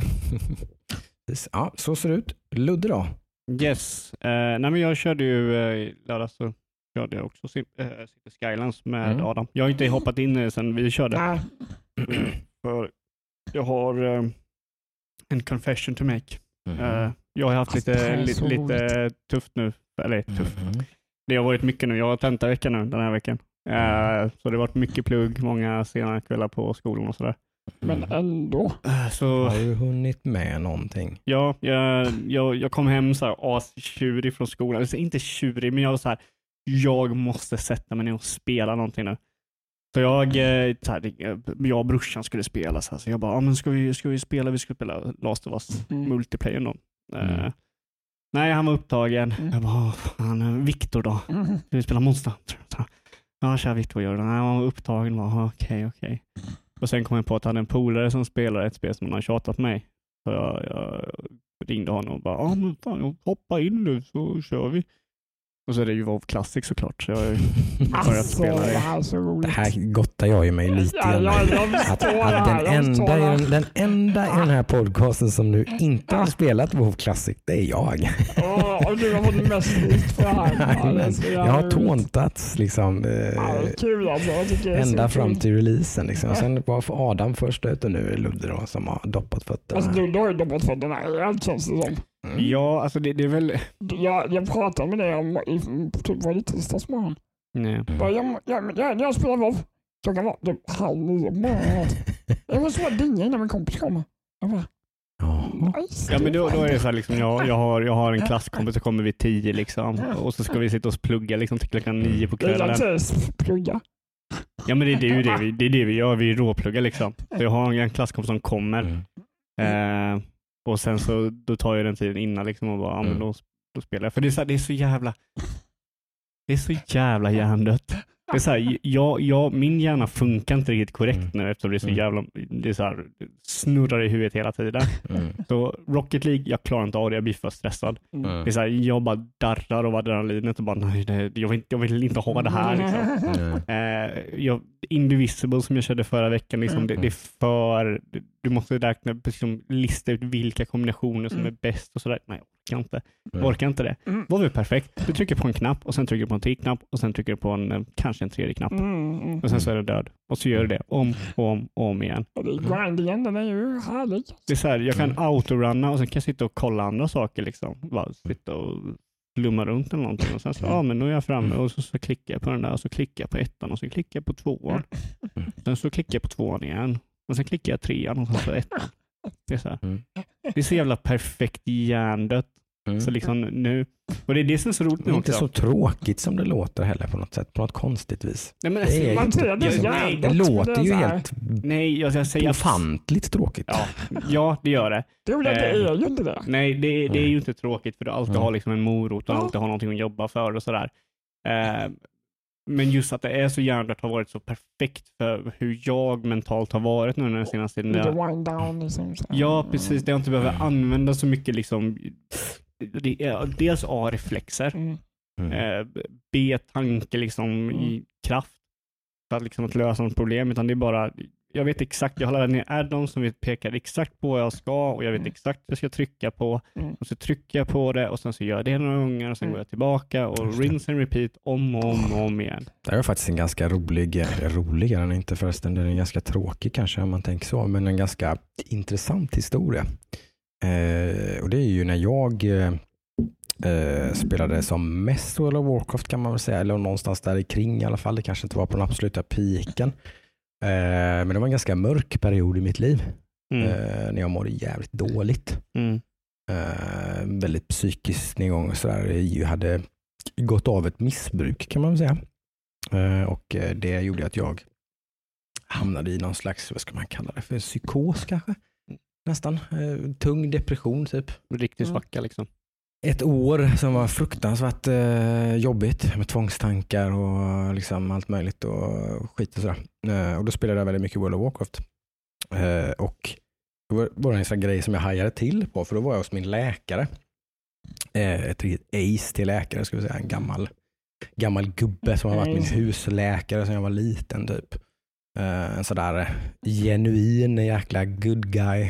Ja, så ser det ut. Ludde då? Yes. Men jag körde ju lördag så körde jag också City Skylines med Adam. Jag har inte hoppat in sen vi körde. För jag har en confession to make. Jag har haft lite tufft nu. Eller tufft. Det har varit mycket nu. Jag har tentarvecka nu den här veckan. Så det har varit mycket plugg, många sena kvällar på skolan och sådär. Men ändå. Så har du hunnit med någonting? Ja, jag kom hem så här astjurig från skolan. Alltså, inte tjurig, men jag var så här, jag måste sätta mig ner och spela någonting nu. Så jag och brorsan skulle spela så jag bara, men ska vi spela Last of Us multiplayer då. Nej, han var upptagen. Jag bara, Victor då? Ska vi spela Monster Hunter? Ja, kär Victor gör det. Nej, han var upptagen. Okej. Och sen kom jag på att han hade en polare som spelar ett spel som han har tjatat mig. Så jag ringde honom och bara, men fan, hoppa in nu så kör vi. Och så är det ju WoW Classic såklart. Så jag har börjat spela det. Det här gottar jag ju mig lite igen. Den enda i den här podcasten som nu inte har spelat WoW Classic, det är jag. Och du har fått mest ut för här. Jag har tåntats liksom kul, alltså. ända fram till releasen. Liksom. Sen var för Adam först ut och nu är Ludde då, som har doppat fötterna. Alltså du har ju doppat fötterna, helt känns det som. Ja, alltså det är väl... Jag pratade med dig om var det tisdagsmorgon. Nej. Jag spelar WoW. Klockan var typ 8:30. Jag var så dinga innan min kompis kom. Jag bara, ja, men då är det så här liksom, jag har en klasskompis som kommer vid 10 liksom, och så ska vi sitta och plugga liksom till klockan 9 på kvällen. Plugga. Ja, men det är ju det vi gör, vi råpluggar liksom. Så jag har en klasskompis som kommer. Och sen så då tar jag den tiden innan liksom och bara, men då spelar jag. För det är så jävla hjärndött. Det är så här, min hjärna funkar inte riktigt korrekt nu eftersom det är så jävla, det är så här, snurrar i huvudet hela tiden. Så Rocket League, jag klarar inte av det, jag blir för stressad. Det är så här, jag bara darrar av adrenalinet och bara, nej, jag vill inte ha det här liksom. Indivisible som jag körde förra veckan liksom, det är för, du måste räkna, liksom, lista ut vilka kombinationer som är bäst och sådär. Nej, jag orkar inte det. Vad är perfekt? Du trycker på en knapp och sen trycker du på en till knapp och sen trycker du på kanske en tredje knapp. Och sen så är det död. Och så gör du det om igen. Grindingen, den är ju härlig. Det är så här, jag kan autorunna och sen kan jag sitta och kolla andra saker liksom. Bara sitta och lumma runt eller någonting och sen så, men nu är jag framme och så klickar jag på den där och så klickar jag på 1:an och så klickar jag på 2:an. Sen så klickar jag på 2:an igen och sen klickar jag 3:an och sen så 1:an. Det är så här. Det är så jävla perfekt hjärndött. Så liksom nu, och det är det som är så roligt nu också. Inte så tråkigt som det låter heller på något sätt, på något konstigt vis. Nej, men det låter ju helt jag säger ofantligt tråkigt. Ja, det gör det. Det är ju inte det. Nej, det är ju inte tråkigt för du alltid har liksom en morot och alltid har någonting att jobba för och sådär. Men just att det är så hjärndött har varit så perfekt för hur jag mentalt har varit nu den senaste tiden. Wind down liksom. Ja, precis. Det har inte behövt använda så mycket liksom dels A-reflexer, B-tanke liksom i kraft för att liksom att lösa något problem, utan det är bara, jag vet exakt, jag har laddat ner add-ons som pekar exakt på vad jag ska och jag vet exakt vad jag ska trycka på och så trycker jag på det och sen så gör jag det några gånger och sen går jag tillbaka och rinse and repeat om igen. Det är faktiskt en ganska roligare än inte förresten, den är ganska tråkig kanske om man tänker så, men en ganska intressant historia. Och det är ju när jag spelade som mest World of Warcraft kan man väl säga, eller någonstans där kring i alla fall, det kanske inte var på den absoluta piken. Men det var en ganska mörk period i mitt liv när jag mådde jävligt dåligt. Väldigt psykiskt nedgång och sådär. Jag hade gått av ett missbruk kan man väl säga. Och det gjorde att jag hamnade i någon slags, vad ska man kalla det för, psykos kanske? Nästan. Tung depression typ. Riktigt svacka liksom. Ett år som var fruktansvärt jobbigt med tvångstankar och liksom allt möjligt och skit och sådär. Och då spelade jag väldigt mycket World of Warcraft. Och då var det en sån grej som jag hajade till på, för då var jag hos min läkare. Ett riktigt ace till läkare skulle jag säga. En gammal gubbe som har varit min husläkare sedan jag var liten typ. En sådär genuin jäkla good guy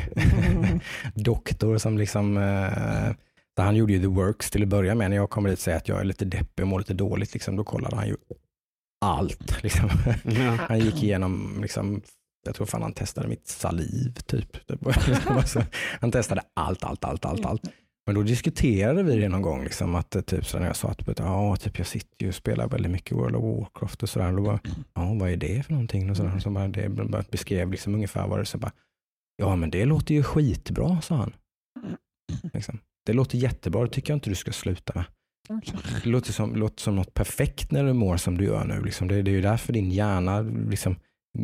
doktor som liksom han gjorde ju the works till att börja med. När jag kommer dit och säger att jag är lite deppig och mår lite dåligt liksom, då kollade han ju allt liksom. Han gick igenom liksom, jag tror fan han testade mitt saliv typ. Han testade allt. Men då diskuterade vi det någon gång liksom, att typ så när jag sa att typ jag sitter ju och spelar väldigt mycket World of Warcraft och sådär, och då bara, vad är det för någonting och sådär, så bara det bara beskrev liksom ungefär vad det så bara, ja men det låter ju skitbra, sa han. Liksom. Det låter jättebra, det tycker jag inte du ska sluta med. Det låter som något perfekt när du mår som du gör nu liksom. Det är ju därför din hjärna liksom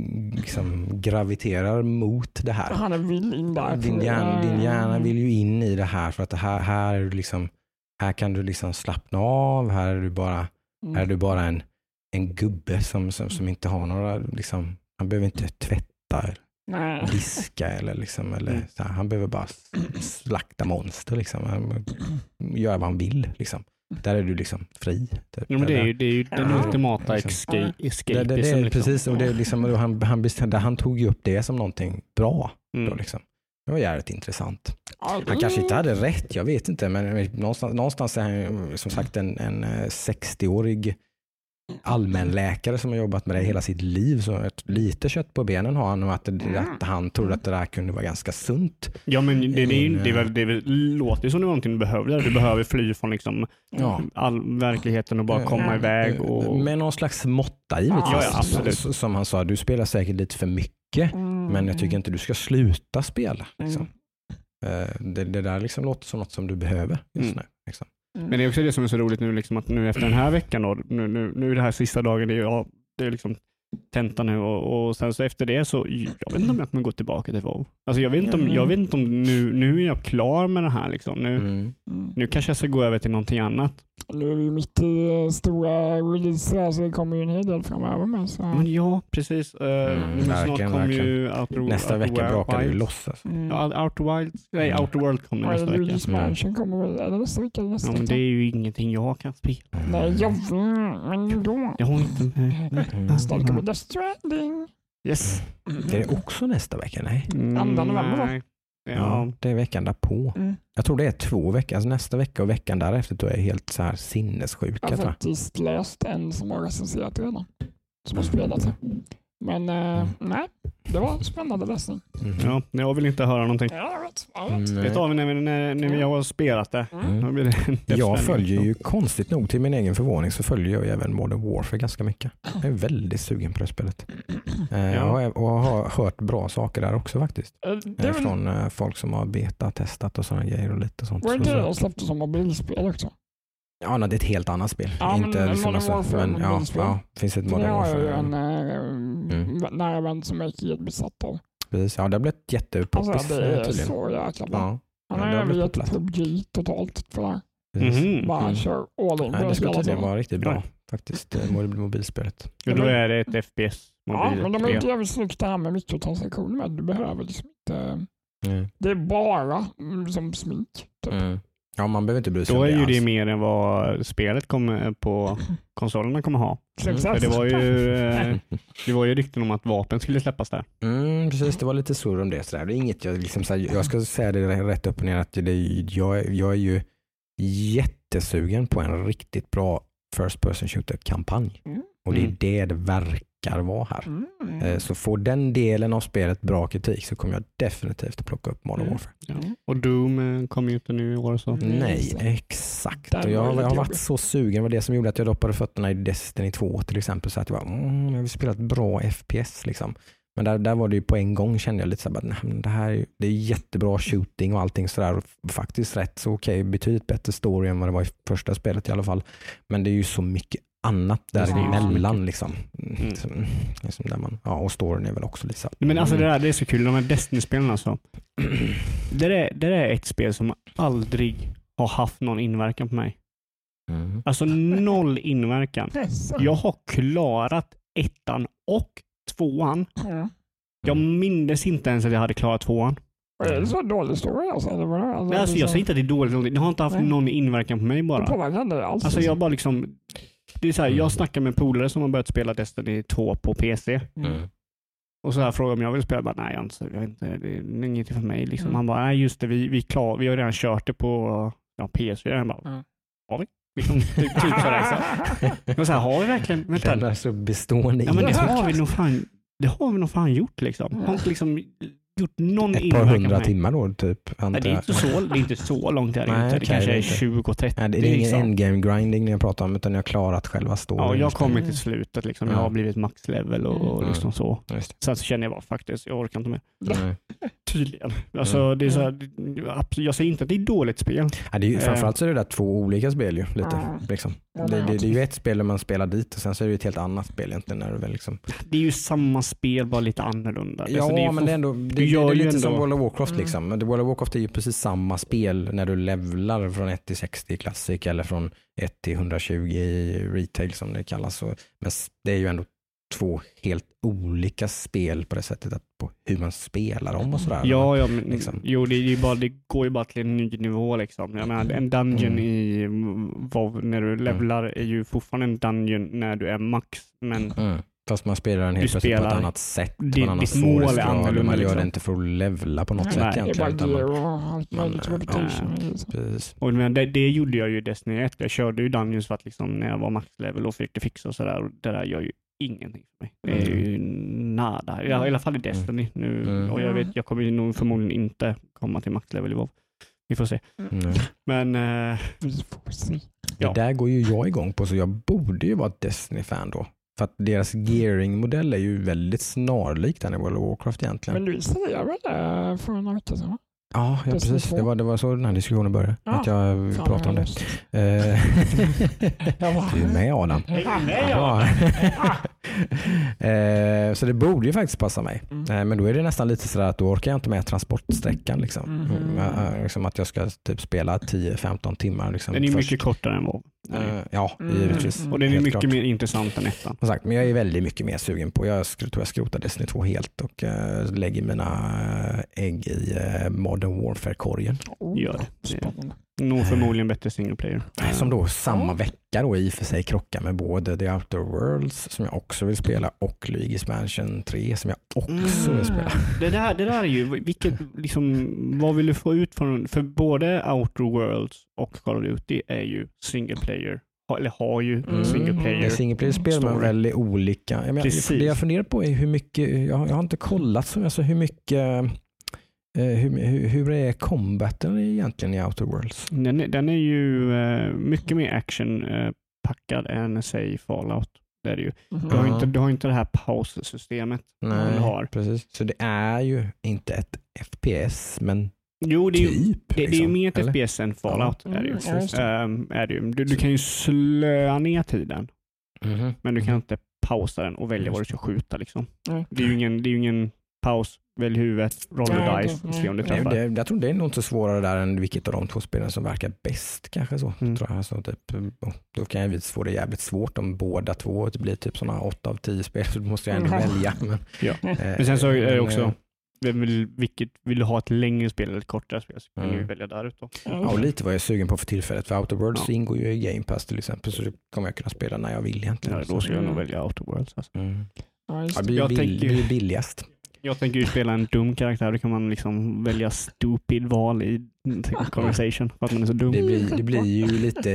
graviterar mot det här. Han vill in där. Din hjärna vill ju in i det här, för att det här är liksom, här kan du liksom slappna av, här är du bara en gubbe som inte har några liksom, han behöver inte tvätta diska eller liksom, eller så här, han behöver bara slakta monster liksom, göra vad han vill liksom. Där är du liksom fri. Typ. Ja, men det är ju den ultimata escapism. Det är precis, och det är liksom, han tog ju upp det som någonting bra. Då liksom. Det var jävligt intressant. Han kanske inte hade rätt, jag vet inte, men någonstans är han som sagt en 60-årig allmänläkare som har jobbat med det hela sitt liv, så lite kött på benen har han, och att han trodde att det där kunde vara ganska sunt. Ja, men det låter ju som någonting du behöver. Du behöver fly från liksom all verkligheten och bara komma iväg. Och med någon slags måtta givetvis. Som han sa, du spelar säkert lite för mycket, men jag tycker inte du ska sluta spela. Liksom. Det där liksom låter som något som du behöver just nu. Liksom. Men det är också det som är så roligt nu, liksom, att nu efter den här veckan då, nu är det här sista dagen, det är liksom tenta nu och sen så efter det så jag vet inte om jag kommer gå tillbaka till WoW. Alltså jag vet inte om nu är jag klar med det här liksom. Nu kanske jag ska gå över till någonting annat. Nu är vi mitt i stora releaser, så det kommer ju en hel del framöver med. Så. Men ja, precis. Snart kommer ju nästa vecka brakar det ju loss. Alltså. Outer World kommer nästa vecka. Release Mansion kommer väl, eller nästa vecka? Ja, men det är ju ingenting jag kan spela. Nej, men då. Jag har inte Nästa kommer The Stranding. Yes. Det är också nästa vecka, nej? 2 november. Ja, det är veckan därpå. Jag tror det är 2 veckor. Alltså nästa vecka och veckan därefter då är jag helt så här sinnessjuk. Jag har faktiskt läst en som har recenserat redan. Som har spelat det. Men nej, det var en spännande läsning. Ja, jag vill inte höra någonting. Jag vet. Det tar vi när vi har spelat det. Jag följer ju konstigt nog, till min egen förvåning, så följer jag även Modern Warfare ganska mycket. Jag är väldigt sugen på det spelet. Och har hört bra saker där också faktiskt. Från folk som har beta-testat och sådana grejer och lite sånt. Var det det släppte som mobilspel också? Ja, det är ett helt annat spel. Ja, inte men Modern Warfare ja, finns ett Modern Warfare. Det har ju en nära vän som är helt besatt av. Precis, ja, det har blivit jättepoppis. Alltså, det är tydligen. så jäkla bra. Ja, han har ju gett PUBG totalt för det här. Bara kör all in. Det skulle tydligen vara riktigt bra faktiskt, mobilspelet. Och då är det ett FPS mobilspel. Ja, men de är inte jävligt snyggt det här med mikrotransaktioner med. Du behöver liksom inte... Det är bara som smink. Typ. Ja, man behöver inte bry sig om det. Då är ju alls. det mer än vad spelet på konsolerna kommer ha. För det var ju rykten om att vapen skulle släppas där. Precis, det var lite surr om det. Så där. Det är inget jag ska säga det rätt upp och ner att jag är ju jättesugen på en riktigt bra first person shooter-kampanj. Och det är det verkar vara här. Så får den delen av spelet bra kritik så kommer jag definitivt att plocka upp Modern Warfare. Ja. Och Doom kommer ju inte nu i år. Så. Nej, exakt. Och jag har varit så sugen. Det var det som gjorde att jag doppade fötterna i Destiny 2 till exempel. Så att jag vill spela ett bra FPS liksom. Men där var det ju på en gång, kände jag lite så här, det är jättebra shooting och allting sådär. Och faktiskt rätt så betydligt bättre story än vad det var i första spelet i alla fall. Men det är ju så mycket annat däremellan liksom. Där man, och storyn är väl också lite så. Men alltså det är så kul, de här Destiny-spelen alltså. Det är ett spel som aldrig har haft någon inverkan på mig. Alltså 0 inverkan. Jag har klarat 1:an och 2:an. Jag minns inte ens att jag hade klarat 2:an. Är det så dålig story alltså? Alltså jag säger inte att det är dåligt. Det har inte haft någon inverkan på mig bara. Det påverkar inte alls. Alltså jag bara liksom... Det är så här, jag snackar med polare som har börjat spela Destiny 2 på PC. Och så här frågar om jag vill spela. Jag vet inte, det är inget för mig. Liksom. Han bara, nej just det, vi har redan kört det på PC. Jag bara, har vi? Liksom, typ sådär. Men så här, har vi verkligen... Vänta. Den är så bestående. Ja, men det har vi nog fan gjort liksom. Har inte liksom gjort någon ett par 100 timmar då typ. Nej, det är inte så långt här. Nej, det kanske är 20-30. Nej, det är ingen endgame grinding när jag pratar om, utan jag har klarat själva storyn. Ja, jag kommer till slutet liksom. Jag har blivit maxlevel och liksom så. Sen så känner jag bara faktiskt, jag orkar inte mer. Tydligen. Alltså, det är så här, jag säger inte att det är dåligt spel. Ja, det är ju, framförallt så är det där 2 olika spel ju, lite. Liksom. Det är ju ett spel där man spelar dit och sen så är det ett helt annat spel egentligen. När du väl liksom... Det är ju samma spel, bara lite annorlunda. Ja, alltså, men det är ändå... Det är lite som World of Warcraft liksom. Men World of Warcraft är ju precis samma spel när du levlar från 1 till 60 i Classic eller från 1 till 120 i Retail som det kallas. Men det är ju ändå 2 helt olika spel på det sättet att på hur man spelar dem och sådär. Ja, men liksom. Jo, det går ju bara till en ny nivå liksom. Jag menar, en dungeon i WoW när du levlar är ju fortfarande en dungeon när du är max, men fast man spelar den helt plötsligt på ett annat sätt. Ditt mål är annorlunda. Man gör liksom. det inte för att levla på något sätt egentligen. Och det gjorde jag ju i Destiny 1. Jag körde ju dungeons för att liksom, när jag var maxlevel och fick det fixa och sådär. Och det där gör ju ingenting för mig. Det är ju nada. I alla fall i Destiny nu. Och jag vet, jag kommer nog förmodligen inte komma till maxlevel i WoW. Vi får se. Men vi får se. Det där går ju jag igång på, så jag borde ju vara ett Destiny-fan då. För att deras gearing-modell är ju väldigt snarlik den i World of Warcraft egentligen. Men du säger väl det för några veckor sedan? Ja, precis. Det var så den här diskussionen började. Att jag pratade om det. Du är med, Adam. Så det borde ju faktiskt passa mig. Men då är det nästan lite sådär att då orkar jag inte med transportsträckan. Liksom. Liksom att jag ska typ spela 10-15 timmar. Liksom, den är mycket kortare än WoW. Ja, givetvis. Och den är mycket mer intressant än 1:an. Sagt, men jag är väldigt mycket mer sugen på. Jag tror jag skrotar Destiny 2 helt och lägger mina ägg i Modern Warfare-korgen. Gör det. Nog förmodligen bättre single player. Som då samma vecka då i och för sig krockar med både The Outer Worlds som jag också vill spela och Luigi's Mansion 3 som jag också vill spela. Det där är ju liksom, vad vill du få ut från, för både Outer Worlds och Call of Duty är ju single player har ju single player. Single player spelar man väl i olika. Det jag funderar på är hur mycket, jag har inte kollat så alltså hur mycket hur är combaten egentligen i Outer Worlds? Den är ju mycket mer action packad än säg Fallout. Det är det ju. Du har inte det här paussystemet. Nej, precis. Så det är ju inte ett FPS, men jo, det är ju, typ, det är ju mer ett FPS än Fallout. Är det ju. Du kan ju slöa ner tiden. Men du kan inte pausa den och välja vad du ska skjuta. Liksom. Det är ju ingen paus. Välj huvudet, rolla dice, se om du träffar. Jag tror det är nog inte svårare där än vilket av de två spelen som verkar bäst kanske så. Tror jag. Så typ, då kan jag få det jävligt svårt om båda två. Det blir typ sådana 8 av 10 spel så då måste jag ändå välja. Men sen så är det också vill du ha ett längre spel eller ett kortare spel så kan du välja där ute. Och lite vad jag är sugen på för tillfället. För Outer Worlds ingår ju i Game Pass till exempel så kommer jag kunna spela när jag vill egentligen. Ja, då ska jag nog välja Outer Worlds. Alltså. Det blir billigast. Jag tänker ju spela en dum karaktär. Då kan man liksom välja stupid val i conversation för att man är så dum. Det blir ju lite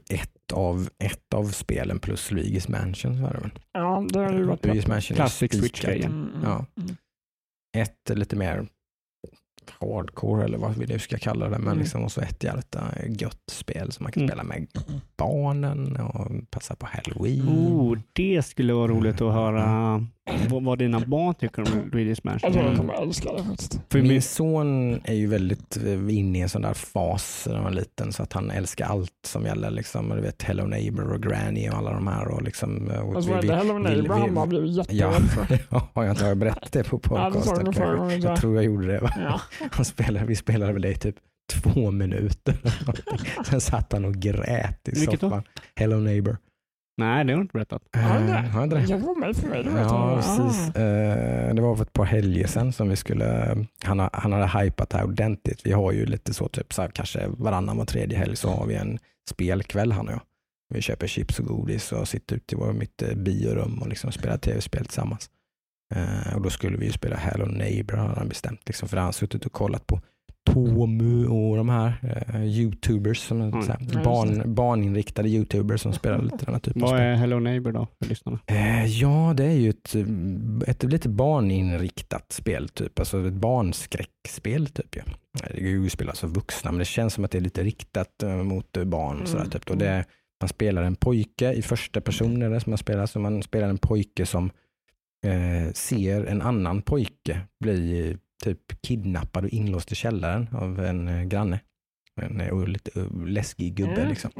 ett av spelen plus Luigi's Mansion. Så är det väl? Ja, det har ju varit Luigi's Mansion. Classic Switch-grejen. Ja. Ett lite mer hardcore eller vad vi nu ska kalla det. Men liksom också ett jävligt gött spel som man kan spela med barnen och passa på Halloween. Det skulle vara roligt att höra vad dina barn tycker om Luigi's Mansion. Jag kommer älska det faktiskt. För min son är ju väldigt inne i en sån där fas när han var liten så att han älskar allt som gäller liksom, du vet Hello Neighbor och Granny och alla de här och liksom Hello Neighbor han bara blev jätterädd för. Jag har berättat det på podcasten. Jag tror jag gjorde det va? Ja. Vi spelade väl det i typ 2 minuter. Sen satt han och grät i soffan. Hello Neighbor. Nej, det har du inte berättat. Har inte det? Jag var med för mig. Precis. Det var för ett par helger sedan som vi skulle... Han hade hypat det här ordentligt. Vi har ju lite så typ så här, kanske varannan var tredje helg så har vi en spelkväll han och jag. Vi köper chips och godis och sitter ute i mitt biorum och liksom spelar tv-spel tillsammans. Och då skulle vi ju spela Hello Neighbor har han bestämt. Liksom, för han har suttit och kollat på Tomu och de här YouTubers som barninriktade YouTubers som spelar lite den här typen av spel. Vad är Hello Neighbor då för lyssnarna? Ja, det är ju ett lite barninriktat spel typ. Alltså ett barnskräckspel typ. Ja. Det är ju spelas av vuxna men det känns som att det är lite riktat mot barn. Sådär, typ. Och man spelar en pojke i första person eller som man spelar en pojke som ser en annan pojke bli typ kidnappad och inlåst i källaren av en granne. En lite läskig gubbe liksom.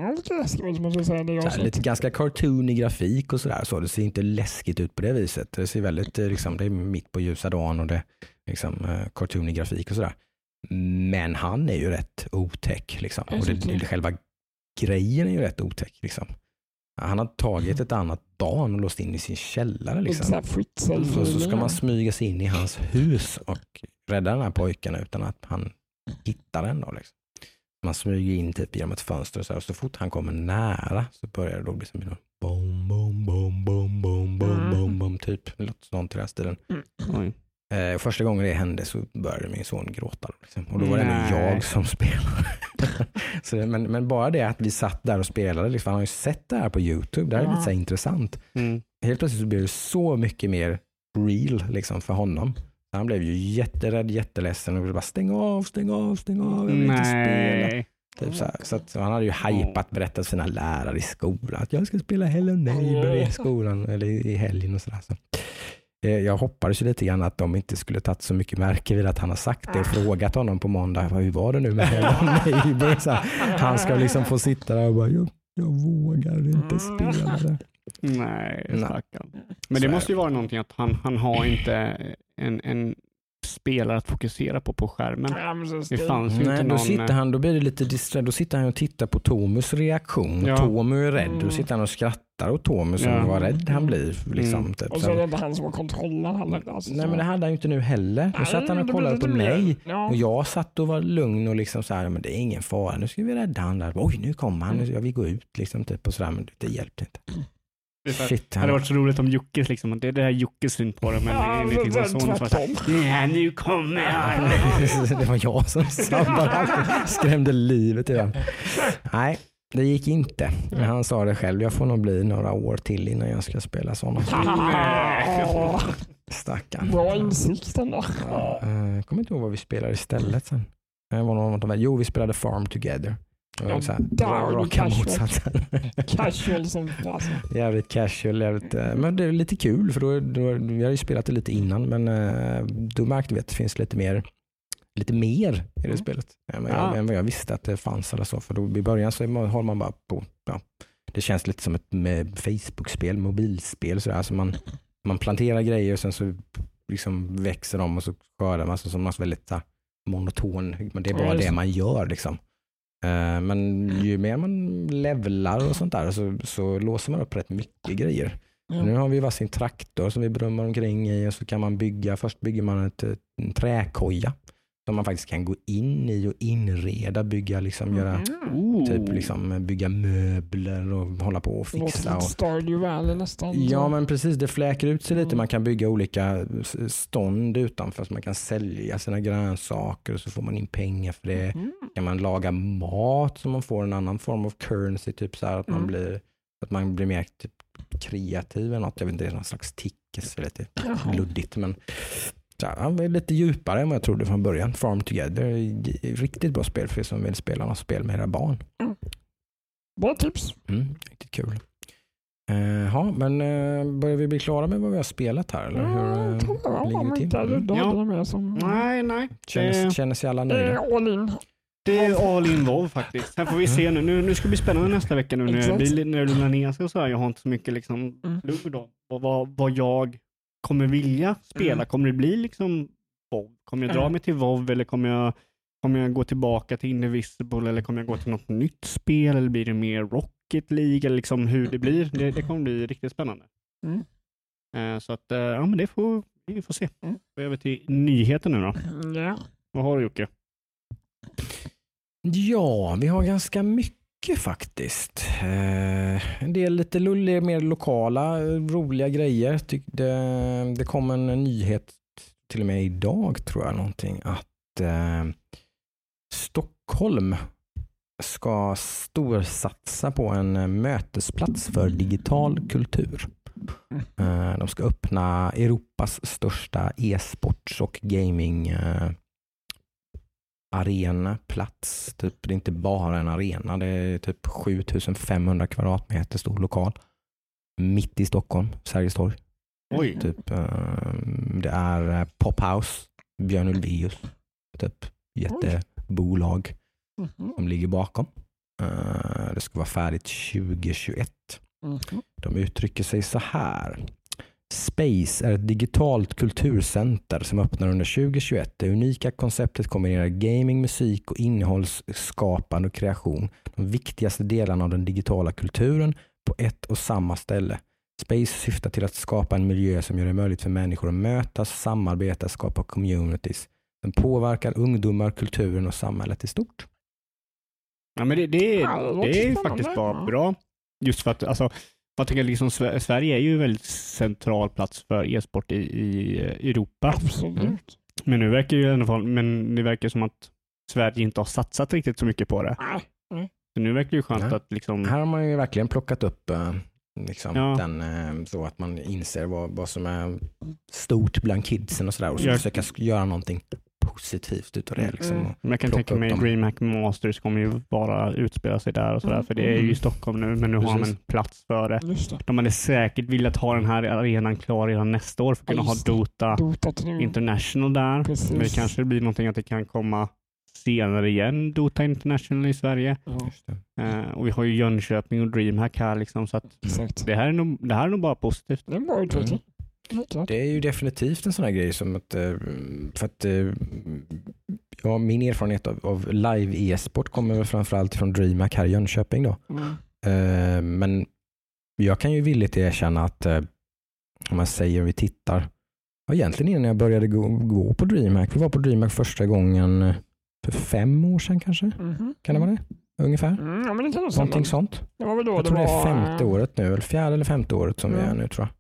Lite ganska cartoonig grafik och sådär. Så det ser inte läskigt ut på det viset. Det ser väldigt liksom, det är mitt på ljusa dagen och det liksom cartoonig grafik och sådär. Men han är ju rätt otäck liksom. Och själva grejen är ju rätt otäck liksom. Han har tagit ett annat barn och låst in i sin källare liksom. Så ska man smyga sig in i hans hus och rädda den här pojken utan att han hittar den då liksom. Man smyger in typ genom ett fönster och så fort han kommer nära så börjar det då bli som bom bom bom bom bom bom bom bom typ något sånt i den stilen. Första gången det hände så började min son gråta liksom. Och då var det nog jag som spelade. Så, men bara det att vi satt där och spelade liksom, han har ju sett det här på YouTube, det här är lite så här intressant. Helt plötsligt så blev det så mycket mer real liksom för honom. Han blev ju jätterädd, jätteledsen och bara stäng av, jag vill inte spela. Typ så att han hade ju hypat, berättat sina lärare i skolan att jag ska spela Hello Neighbor i skolan eller i helgen och sådär. Så. Jag hoppades ju lite grann att de inte skulle tagit så mycket märke vid att han har sagt det och frågat honom på måndag, hur var det nu med Hello Neighbor? Så han ska liksom få sitta där och bara, jag vågar inte spela det. Nej, stackarn. Men det måste ju vara någonting att han har inte en spelare att fokusera på skärmen. Det fanns ju inte någon... Då blir det lite disträ. Då sitter han och tittar på Tomus reaktion. Ja. Tomu är rädd. Då sitter han och skrattar åt Tomus som var rädd han blir. Liksom, typ. Och så är det inte han som har kontrollen. Alltså, nej, men det hade han ju inte nu heller. Då satt han och kollade på mig. Ja. Och jag satt och var lugn och liksom så här, men det är ingen fara. Nu ska vi rädda han där. Oj, nu kommer han. Jag vill gå ut liksom, typ, och så där, men det hjälpte inte. Det hade varit så roligt om Jockes liksom, det är det här Jockes syn på det, men det är liksom så son som nej, nu kommer han. Det var jag som skrämde livet i den. Nej, Det gick inte. Men han sa det själv. Jag får nog bli några år till innan jag ska spela sådana. Stackarn. Bra insikten då. Jag kommer inte ihåg vad vi spelade istället sen. Vi spelade Farm Together. Raka motsatsen. Casual som fasen. Jävligt casual. Men det är lite kul för då vi har ju spelat det lite innan, men då märkte vi att det finns lite mer i det spelet än vad jag visste att det fanns eller så. För då i början så har man bara på, det känns lite som ett Facebook-spel, mobilspel sådär. Så man planterar grejer och sen så liksom växer de och så skördar man som något väldigt monoton, men det är bara det man gör liksom. Men ju mer man levlar och sånt där så låser man upp rätt mycket grejer. Nu har vi varsin traktor som vi brummar omkring i och så kan man först bygger man en träkoja som man faktiskt kan gå in i och inreda, bygga bygga möbler och hålla på och fixa. Stardew Valley nästan. Ja, men precis, det fläker ut sig lite. Man kan bygga olika stånd utanför så man kan sälja sina grönsaker och så får man in pengar för det. Kan man laga mat så man får en annan form av currency, typ så här att man blir mer typ kreativ eller något. Jag vet inte, det är någon slags tickes, lite luddigt, men lite djupare än vad jag trodde från början. Farm Together, riktigt bra spel för er som vill spela något spel med era barn. Bra tips. Riktigt kul. Men börjar vi bli klara med vad vi har spelat här? Eller hur ligger vi till? Nej. Känner sig alla nöjda? Det är all in WoW faktiskt. Sen får vi se nu ska det bli spännande nästa vecka nu när det lugnar ner sig och så här. Jag har inte så mycket liksom lugg då. Vad jag kommer vilja spela. Kommer det bli liksom WoW? Kommer jag dra mig till WoW eller kommer jag gå tillbaka till Indivisible eller kommer jag gå till något nytt spel eller blir det mer Rocket League eller liksom hur det blir? Det kommer bli riktigt spännande. Så att men det får vi får se. Gå över till nyheten nu då. Vad har du, Jocke? Ja, vi har ganska mycket faktiskt. En del lite lulliga, mer lokala, roliga grejer. Det kom en nyhet till och med idag, tror jag, någonting, att Stockholm ska storsatsa på en mötesplats för digital kultur. De ska öppna Europas största e-sports och gaming arenaplats. Typ, det är inte bara en arena, det är typ 7500 kvadratmeter stor lokal. Mitt i Stockholm, Sergels torg. Oj. Typ, det är Pophouse, Björn Ulvaeus, typ jättebolag som ligger bakom. Det ska vara färdigt 2021. De uttrycker sig så här: Space är ett digitalt kulturcenter som öppnar under 2021. Det unika konceptet kombinerar gaming, musik och innehållsskapande och kreation, de viktigaste delarna av den digitala kulturen, på ett och samma ställe. Space syftar till att skapa en miljö som gör det möjligt för människor att mötas, samarbeta, skapa communities. Den påverkar ungdomar, kulturen och samhället i stort. Ja, men det är faktiskt bara bra. Just för att jag tycker liksom Sverige är ju en väldigt central plats för e-sport i Europa. Absolut. Men nu verkar ju i alla fall, men det verkar som att Sverige inte har satsat riktigt så mycket på det. Så nu verkar det ju skönt att liksom... Här har man ju verkligen plockat upp den, så att man inser vad som är stort bland kidsen och sådär, och så försöka göra någonting positivt utav det. Liksom, men jag kan tänka mig DreamHack Masters kommer ju bara utspela sig där och sådär, för det är ju i Stockholm nu, men nu har man en plats för det. De hade säkert velat ha den här arenan klar redan nästa år för att kunna ha Dota International där. Men det kanske blir någonting att det kan komma senare igen, Dota International i Sverige. Och vi har ju Jönköping och DreamHack här liksom, så att det här är nog bara positivt. Det är bara utveckling. Det är ju definitivt en sån här grej som att, för att min erfarenhet av live e-sport kommer väl framförallt från DreamHack här i Jönköping då. Men jag kan ju villigt erkänna att om man säger vi tittar, egentligen innan jag började gå på DreamHack, vi var på DreamHack första gången för 5 år sedan kanske. Kan det vara det? Ungefär? Ja, men det kan någonting sånt. Det var väl då jag tror det är 5:e året nu, eller 4:e eller 5:e året som vi är nu, tror jag.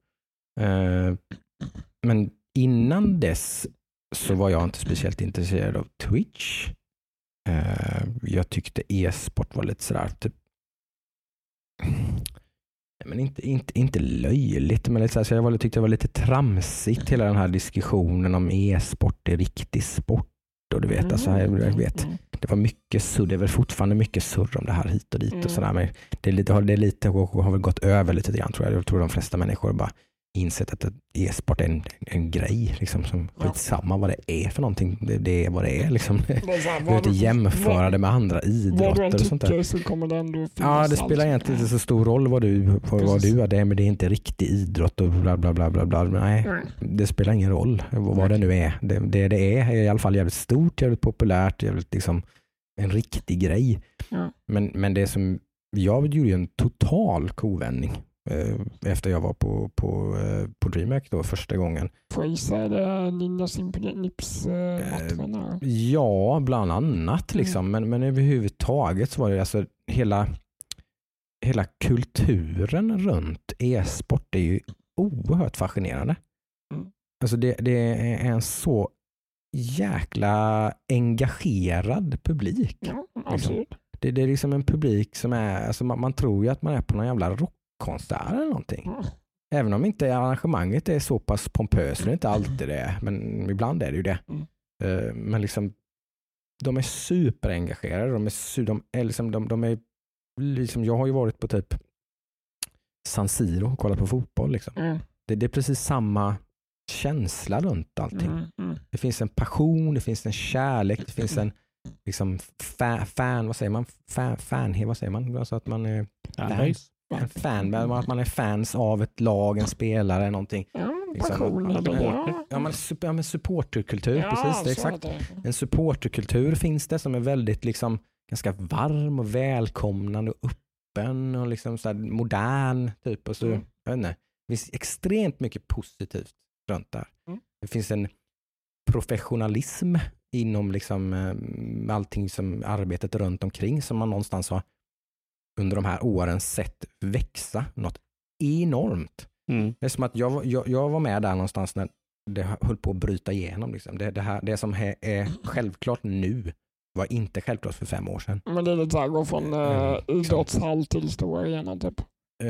Men innan dess så var jag inte speciellt intresserad av Twitch. Jag tyckte e-sport var lite sådär typ men inte löjligt, men lite så jag tyckte det var lite tramsigt hela den här diskussionen om e-sport är riktig sport och du vet, alltså, jag vet det var mycket surr, det är väl fortfarande mycket surr om det här hit och dit och sådär, men det är lite har väl gått över lite grann tror jag. Jag tror de flesta människor bara insett att e-sport är en grej liksom, som skitsamma vad det är för någonting, det är vad det är liksom. Du behöver inte jämföra det med andra idrotter och sånt där. Så kommer det ändå det spelar egentligen inte så stor roll vad du är, men det är inte riktig idrott och bla bla bla bla bla. Nej, det spelar ingen roll vad det nu är. Det är i alla fall jävligt stort, jävligt populärt, jävligt liksom en riktig grej. Men det som jag gjorde ju en total kovändning efter jag var på DreamHack då första gången. Får jag säga det Ninja Nips-matcherna? Ja, bland annat liksom. Men överhuvudtaget så var det alltså hela kulturen runt e-sport är ju oerhört fascinerande. Alltså det är en så jäkla engagerad publik. Ja, absolut. Liksom. Det är liksom en publik som är, alltså man tror ju att man är på någon jävla rockkonsert eller någonting. Även om inte arrangemanget är så pass pompöst, det är inte alltid det, men ibland är det ju det. Men liksom de är superengagerade, de är liksom, jag har ju varit på typ San Siro och kollat på fotboll liksom. Det är precis samma känsla runt allting. Det finns en passion, det finns en kärlek, det finns en liksom vad säger man? Vad säger man? Alltså att man är att man är fans av ett lag, en spelare, någonting. Men supporterkultur, precis, det är exakt. En supporterkultur finns det som är väldigt liksom ganska varm och välkomnande och öppen och liksom så här modern typ och så, jag vet inte. Det finns extremt mycket positivt runt där. Det finns en professionalism inom liksom allting som arbetet runt omkring som man någonstans har under de här åren sett växa något enormt. Det är som att jag var med där någonstans när det höll på att bryta igenom. Liksom. Det som är självklart nu var inte självklart för 5 år sedan. Men det är lite så här, gå från idrottshall till stora arenor typ.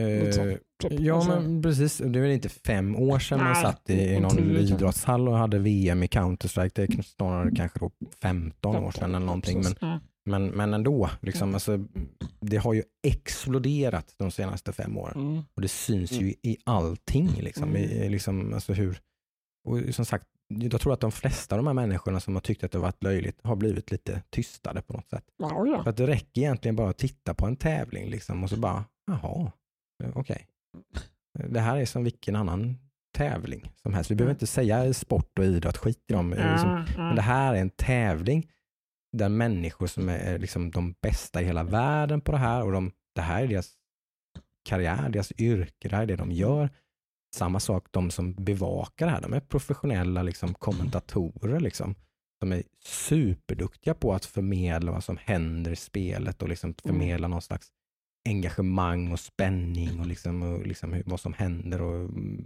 Ja, men precis. Det är väl inte 5 år sedan man satt i någon idrottshall och hade VM i Counter-Strike. Det är snarare kanske då 15 år sedan eller någonting. Men ändå, liksom, alltså, det har ju exploderat de senaste 5 åren. Och det syns ju i allting. Liksom, alltså och som sagt, jag tror att de flesta av de här människorna som har tyckt att det varit löjligt har blivit lite tystade på något sätt. För att det räcker egentligen bara att titta på en tävling liksom, och så bara, jaha, okej. Det här är som vilken annan tävling som helst. Vi behöver inte säga sport och idrott, skit i dem. Men det här är en tävling där människor som är liksom de bästa i hela världen på det här, och det här är deras karriär, deras yrke, det här är det de gör. Samma sak, de som bevakar det här, de är professionella liksom, kommentatorer liksom. De är superduktiga på att förmedla vad som händer i spelet och liksom förmedla någon slags engagemang och spänning och liksom vad som händer och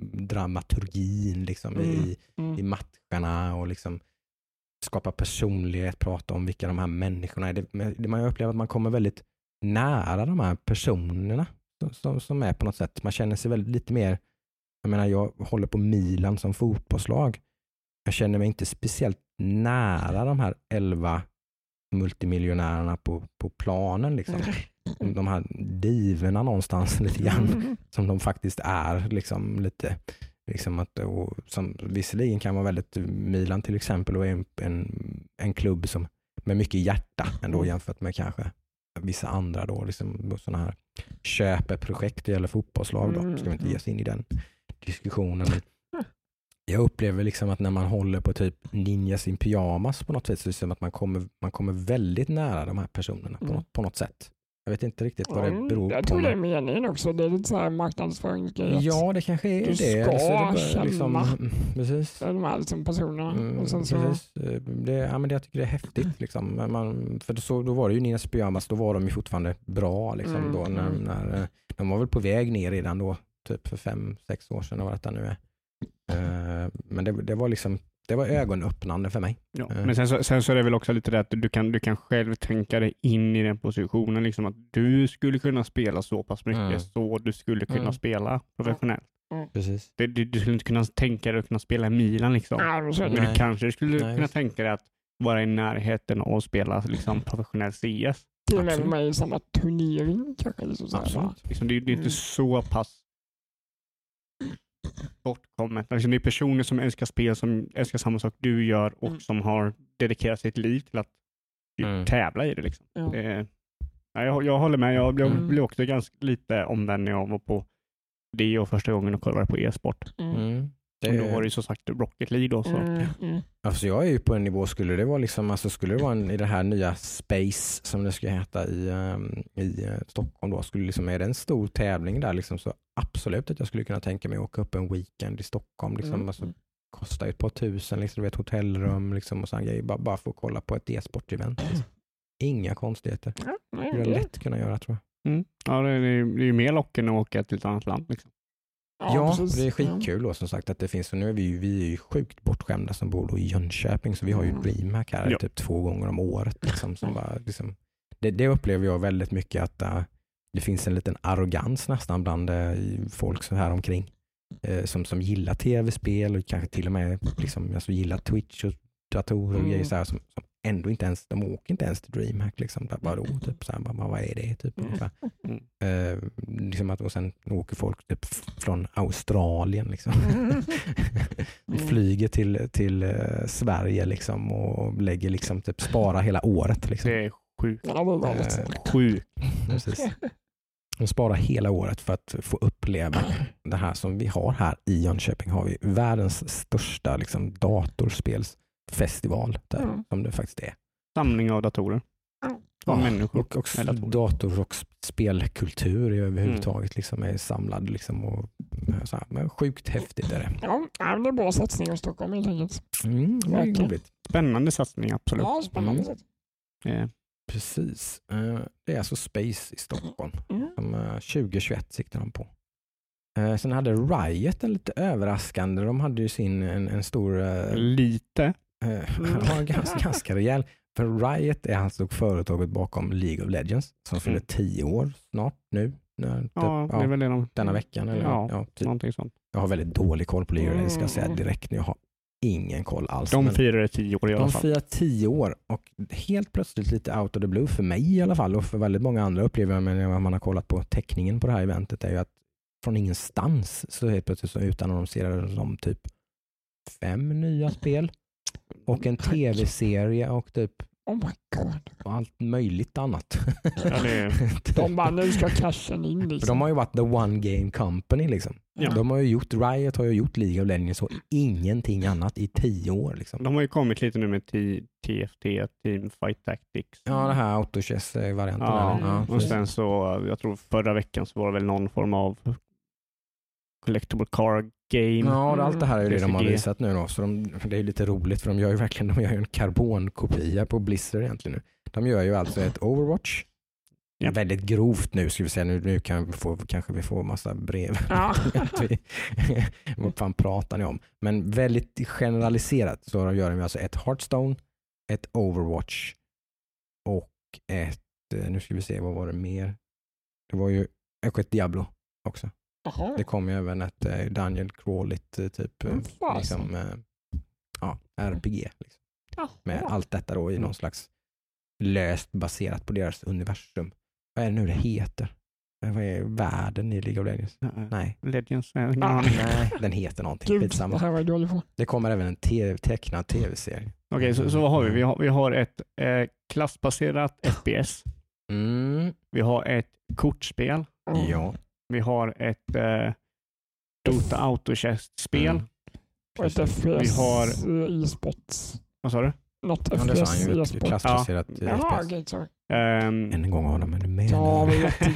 dramaturgin liksom i matcherna och liksom skapa personlighet, prata om vilka de här människorna är. Man upplever att man kommer väldigt nära de här personerna som är på något sätt. Man känner sig väldigt lite mer, jag menar, jag håller på Milan som fotbollslag. Jag känner mig inte speciellt nära de här 11 multimiljonärerna på planen liksom. De här divorna någonstans lite grann som de faktiskt är liksom lite liksom att, och som visserligen kan vara väldigt, Milan till exempel och är en klubb som med mycket hjärta ändå jämfört med kanske vissa andra då liksom sådana här köpeprojekt eller fotbollslag då, ska vi inte ge oss in i den diskussionen. Jag upplever liksom att när man håller på typ Ninjas in pyjamas på något sätt, så är det som att man kommer väldigt nära de här personerna på något sätt. Jag vet inte riktigt vad det beror på. Jag tror det är meningen också. Det är lite så här marknadsföringsgrej. Ja, det kanske är det. Du ska känna liksom, precis. De här liksom personerna. Och sen så... Precis. Men jag tycker det är häftigt. Liksom. För då var det ju Ninjas pyjamas, då var de ju fortfarande bra. Liksom, då, när, de var väl på väg ner redan då, typ för 5-6 år sedan, vad detta nu är. Men det var liksom, det var ögonöppnande för mig. Ja. Men sen så är det väl också lite det att du kan själv tänka dig in i den positionen. Liksom att du skulle kunna spela så pass mycket så du skulle kunna spela professionellt. Precis. Du skulle inte kunna tänka dig att kunna spela i Milan. Liksom. Men du kanske skulle kunna tänka dig att vara i närheten och spela liksom, professionell CS. Till och med i samma turnering kanske. Liksom, det är inte så pass bortkommet. Alltså, det är personer som älskar spel, som älskar samma sak du gör och som har dedikerat sitt liv till att tävla i det. Liksom. Jag håller med. Jag blir också ganska lite omvänd när jag var på det och första gången och kollade på e-sport. Då var det ju så sagt Rocket League då. Så. Alltså jag är ju på en nivå, skulle det vara liksom, alltså skulle det vara i det här nya Space som det ska heta i Stockholm då, skulle liksom, är det en stor tävling där liksom, så absolut att jag skulle kunna tänka mig att åka upp en weekend i Stockholm liksom, alltså, kostar ju ett par tusen liksom, du vet, hotellrum liksom, och sån grejer, bara för att kolla på ett e-sport-event liksom. Inga konstigheter. Det är lätt kunna göra, tror jag. Ja, det är ju mer lockande att åka till ett annat land liksom. Ja, det är skitkul då, som sagt att det finns, och nu är vi är ju sjukt bortskämda som bor då i Jönköping, så vi har ju DreamHack här typ 2 gånger om året liksom, som bara, liksom, det upplever jag väldigt mycket att det finns en liten arrogans nästan bland folk så här omkring som gillar tv-spel och kanske till och med liksom, alltså, gillar Twitch och datorer och grejer så här, som ändå inte ens, de åker inte ens till DreamHack liksom, bara då, typ så här, bara, vad är det typ ungefär. Liksom att, och sen åker folk typ från Australien liksom. Flyger till Sverige liksom och lägger liksom typ, spara hela året liksom. Det är sjukt. Precis. De sparar hela året för att få uppleva det här som vi har här i Jönköping. Har vi världens största liksom, datorspelsfestival där, som det faktiskt är. Samling av datorer. Av människor. Och dator- och spelkultur överhuvudtaget liksom, är samlad liksom, och så här, men sjukt häftigt är det. Ja, det är bra satsning i Stockholm helt enkelt. Spännande satsning, absolut. Ja, spännande satsning. Precis. Det är alltså Space i Stockholm. Som 2021 siktar de på. Sen hade Riot en lite överraskande. De hade ju sin en stor... Lite? Ganska rejäl. För Riot är alltså företaget bakom League of Legends som fyller 10 år snart nu. Det är väl denna veckan. Eller, typ. Någonting sånt. Jag har väldigt dålig koll på League of Legends, ska jag säga direkt nu. Jag har ingen koll alls. De firar 10 år i alla fall. De firar 10 år och helt plötsligt lite out of the blue för mig i alla fall, och för väldigt många andra upplever jag när man har kollat på teckningen på det här eventet, är ju att från ingenstans så helt plötsligt så utannonserade de typ 5 nya spel och en tv-serie och typ oh my God. Och allt möjligt annat. De bara, nu ska cashen in liksom. För de har ju varit the one game company liksom. Ja. De har ju gjort, Riot har ju gjort League of Legends och ingenting annat i 10 år liksom. De har ju kommit lite nu med TFT, Team Fight Tactics. Ja, det här autochess-varianten. Ja, och sen så, jag tror förra veckan så var det väl någon form av collectible card game. Ja, allt det här är ju det de har visat nu då. Så det är lite roligt för de gör ju en karbonkopia på Blizzard egentligen nu. De gör ju alltså ett Overwatch. Ja. Väldigt grovt nu ska vi säga. Nu kanske vi får massa brev. Ja. Vad fan pratar ni om? Men väldigt generaliserat så gör de alltså ett Hearthstone, ett Overwatch och ett, nu ska vi se, vad var det mer? Det var ju ett Diablo också. Aha. Det kom ju även ett Daniel Crawlit typ liksom, RPG liksom. Med allt detta då i någon slags löst baserat på deras universum. Vad är det nu det heter? Vad är världen i League of Legends? Nej. Legends? Nej, den heter någonting. Det kommer även en tecknad tv-serie. Okej, så vad har vi? Vi har ett klassbaserat FPS. Vi har ett kortspel. Ja. Vi har ett Dota Autochess-spel. Och ett FPS vi har e-sports. Vad sa du? Något FPS e-sports. Klassbaserat sorry. Än en gång Adam, är du med? Ja,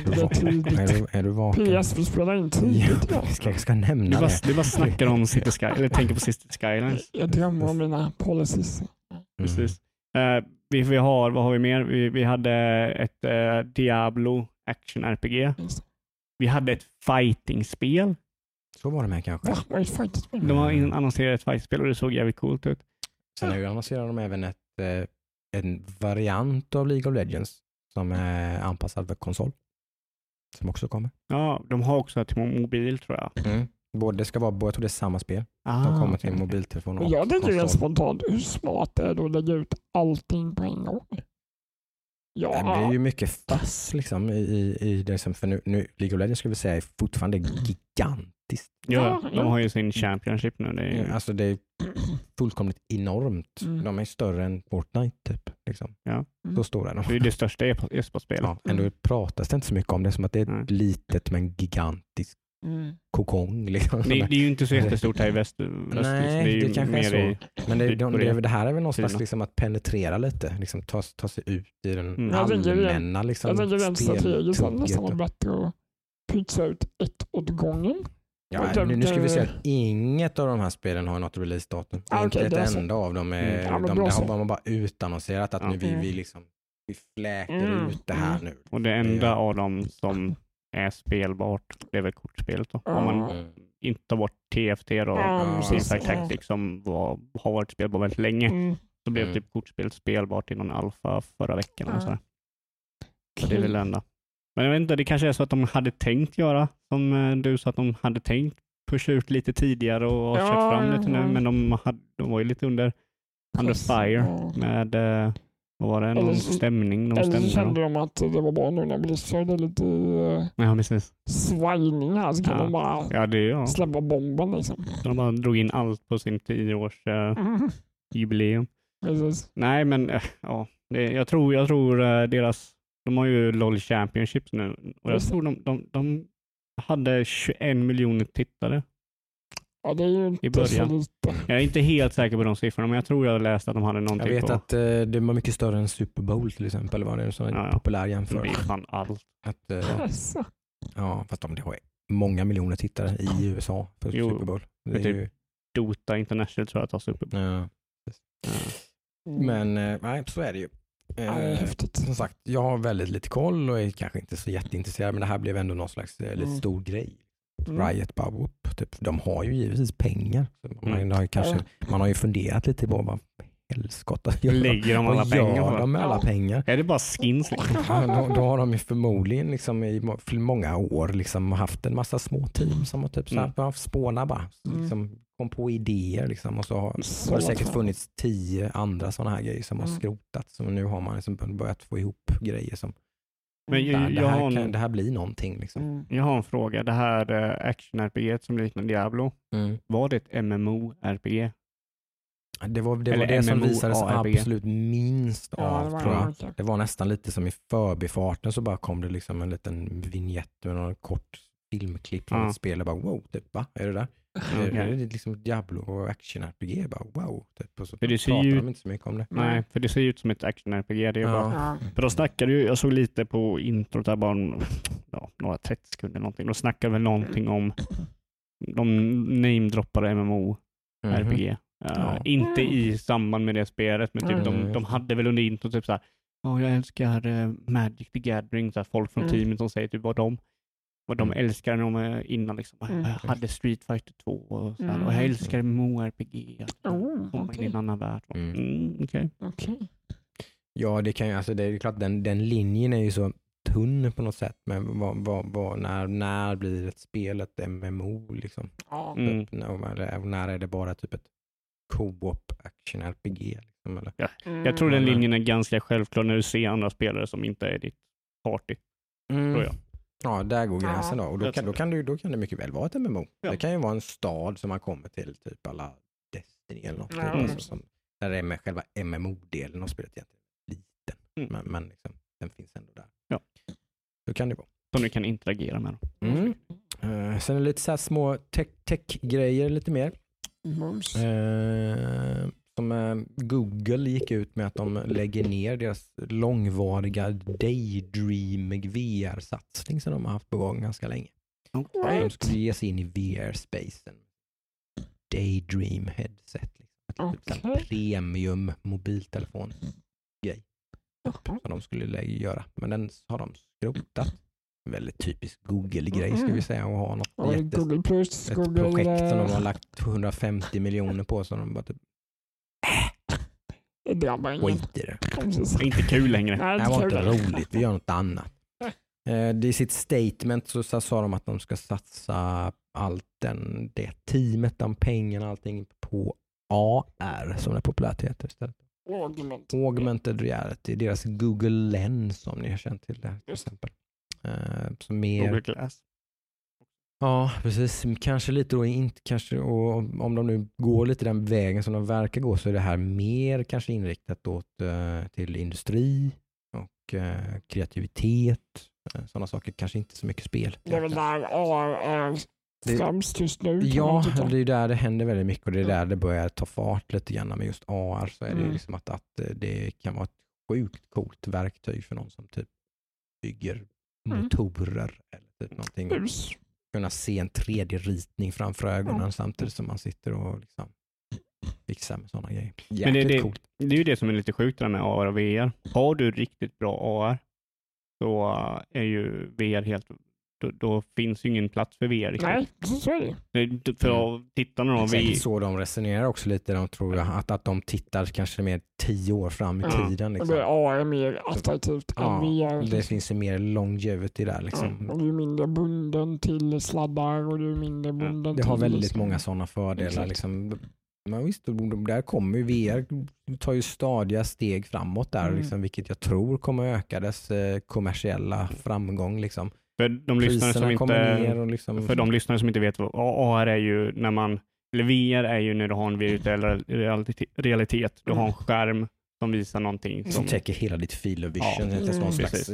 är du vaken? PS, vi spelar in tidigt. Jag ska nämna det. Du bara snackar om City Sky, eller tänker på City Skylines. Jag drömmer om mina policies. Precis. Vi har, vad har vi mer? Vi hade ett Diablo Action RPG. Vi hade ett fighting-spel Så var det med kanske. Vad är ett fighterspel? De har annonserat ett fighterspel och det såg jävligt coolt ut. Sen annonserar de även en variant av League of Legends som är anpassad för konsol. Som också kommer. Ja, de har också till mobil tror jag. Det ska vara, jag tror det är samma spel. De kommer till mobiltelefon och jag tänker konsol. rent spontant, hur smart är det att lägga ut allting på en gång? Ja. Det blir ju mycket fass liksom i det som, för nu League of Legends skulle vi säga är fortfarande gigantiskt. Ja, de har ju sin Championship nu. Det är... Alltså det är fullkomligt enormt. De är större än Fortnite typ. Liksom. Ja. Så stora är de. Det är det största e-sportspelet. Ja, ändå pratas det inte så mycket om det, som att det är ett litet men gigantiskt kokong. Liksom. Det är ju inte så jättestort här i väst. Nej, det är ju det kanske är mer så. Men det här är väl någonstans liksom att penetrera lite. Liksom ta sig ut i den allmänna liksom, jag tänker rent strategiskt är det nästan och... bättre att pytsa ut ett åt gången. Ja, nu ska vi säga att inget av de här spelen har något release-datum. Inte ett enda av dem. De har bara utannonserat att nu vi fläker ut det här nu. Och det enda av dem som är spelbart, det är väl kortspelet då. Om man inte tar bort TFT då, Teamfight Tactics som har varit spelbart väldigt länge, så blev typ kortspelet spelbart i någon alfa förra veckan. Och sådär. Så det är väl det enda. Men jag vet inte, det kanske är så att de hade tänkt göra som du sa, att de hade tänkt pusha ut lite tidigare och kört fram lite nu, men de var ju lite under fire med vad var det? Någon stämning? Eller kände de att det var bra nu när Blizzard är lite svajning här, så kan de bara släppa bomben liksom. De bara drog in allt på sin 10-års jubileum. Precis. Nej, men jag tror deras, de har ju LoL Championships nu och jag tror de hade 21 miljoner tittare. Ja, det är ju inte så lite. Jag är inte helt säker på de siffrorna, men jag tror jag läste att de hade någonting. Jag vet att det var mycket större än Super Bowl till exempel. Var det en sån populär jämförelse? Det är fan allt. Ja, fast de har många miljoner tittare i USA för Super Bowl. Det är ju... Dota International tror jag att har Super Bowl. Ja. Men nej, så är det ju. Häftigt. Som sagt, jag har väldigt lite koll och är kanske inte så jätteintresserad, men det här blev ändå någon slags lite stor grej. Riot bara upp. Typ. De har ju givetvis pengar. Man har ju funderat lite på vad helskotta lägger de alla pengar på de med alla pengar. Är det bara skins? Liksom? Då har de ju förmodligen liksom i många år liksom haft en massa små team som har typ så här spåna bara. Liksom, kom på idéer liksom, och så har det säkert funnits 10 andra sådana här grejer som har skrotats. Så nu har man liksom börjat få ihop grejer som det här blir någonting. Liksom. Jag har en fråga. Det här action-RPG som liknar Diablo, var det ett MMO-RPG? Det var det som visades absolut minst av, tror jag. Det var nästan lite som i förbifarten, så bara kom det liksom en liten vignett med någon kort filmklipp från ett spel och bara wow, typ, va? Är det där? Det är liksom Diablo och action-RPG, bara wow. Typ. Och så pratar de inte så mycket om det. Nej, för det ser ut som ett action-RPG. Det är bara, för då snackade jag såg lite på introt där bara några 30 sekunder någonting. Då snackade väl någonting om de namedroppade MMO-RPG. Inte i samband med det spelet, men typ de hade väl under intro typ såhär, jag älskar Magic the Gathering, så här, folk från teamet som säger typ vad de älskar när de är innan liksom, jag hade Street Fighter 2 och jag älskar MMORPG i en annan värld. Okej. Ja, det kan ju, alltså det är klart den linjen är ju så tunn på något sätt, men när blir ett spel ett MMO liksom? När är det bara typ ett co-op action RPG liksom, eller? Ja. Jag tror den linjen är ganska självklar när du ser andra spelare som inte är ditt party, tror jag. Ja, där går gränsen då. Och då kan det mycket väl vara ett MMO. Ja. Det kan ju vara en stad som man kommer till, typ alla Destiny eller något. Där det är med själva MMO-delen av spelet egentligen liten. Men liksom, den finns ändå där. Ja. Så kan det vara. Som du kan interagera med dem. Sen är det lite så här små tech-grejer lite mer. Som Google gick ut med att de lägger ner deras långvariga Daydream VR-satsning som de har haft på gång ganska länge. De skulle ge sig in i VR-spacen. Daydream headset. Liksom. Premium mobiltelefon-grej. Som de skulle göra. Men den har de skrotat. väldigt typisk Google-grej ska vi säga, och ha något Google Plus, ett Google, projekt som de har lagt 150 miljoner på, så de bara typ skit i det. Det är inte kul längre. Det var inte roligt, vi gör något annat. I sitt statement så sa de att de ska satsa det teamet, de pengarna, allting på AR som det populärt heter istället. Augmented reality, deras Google Lens som ni har känt till det till exempel. Google Glass. Ja, precis. Kanske lite då inte, kanske, och om de nu går lite den vägen som de verkar gå, så är det här mer kanske inriktat till industri och kreativitet. Sådana saker, kanske inte så mycket spel. Det är väl där AR är främst just nu. Ja, det är där det händer väldigt mycket, och det är där det börjar ta fart lite grann med just AR, så är det liksom att det kan vara ett sjukt coolt verktyg för någon som typ bygger motorer eller typ någonting. Kunna se en 3D-ritning framför ögonen samtidigt som man sitter och liksom fixar med sådana grejer. Men det är ju det som är lite sjukt där med AR och VR. Har du riktigt bra AR så är ju VR helt... Då finns ju ingen plats för VR. Nej, så är det. För tittarna då... Så de resonerar också lite. De tror att de tittar kanske mer 10 år fram i tiden. Liksom. AR är mer attraktivt än VR. Det finns ju mer longevity där. Liksom. Och du är mindre bunden till sladdar och du är mindre bunden till... Det har väldigt många sådana fördelar. Liksom. Men visst, där kommer ju VR, tar ju stadiga steg framåt där, liksom, vilket jag tror kommer öka dess kommersiella framgång. Liksom. För de lyssnare som inte vet vad AR är ju när man, eller VR är ju när du har en virtuell realitet. Du har en skärm som visar någonting. Som täcker hela ditt field of vision. Det är någon slags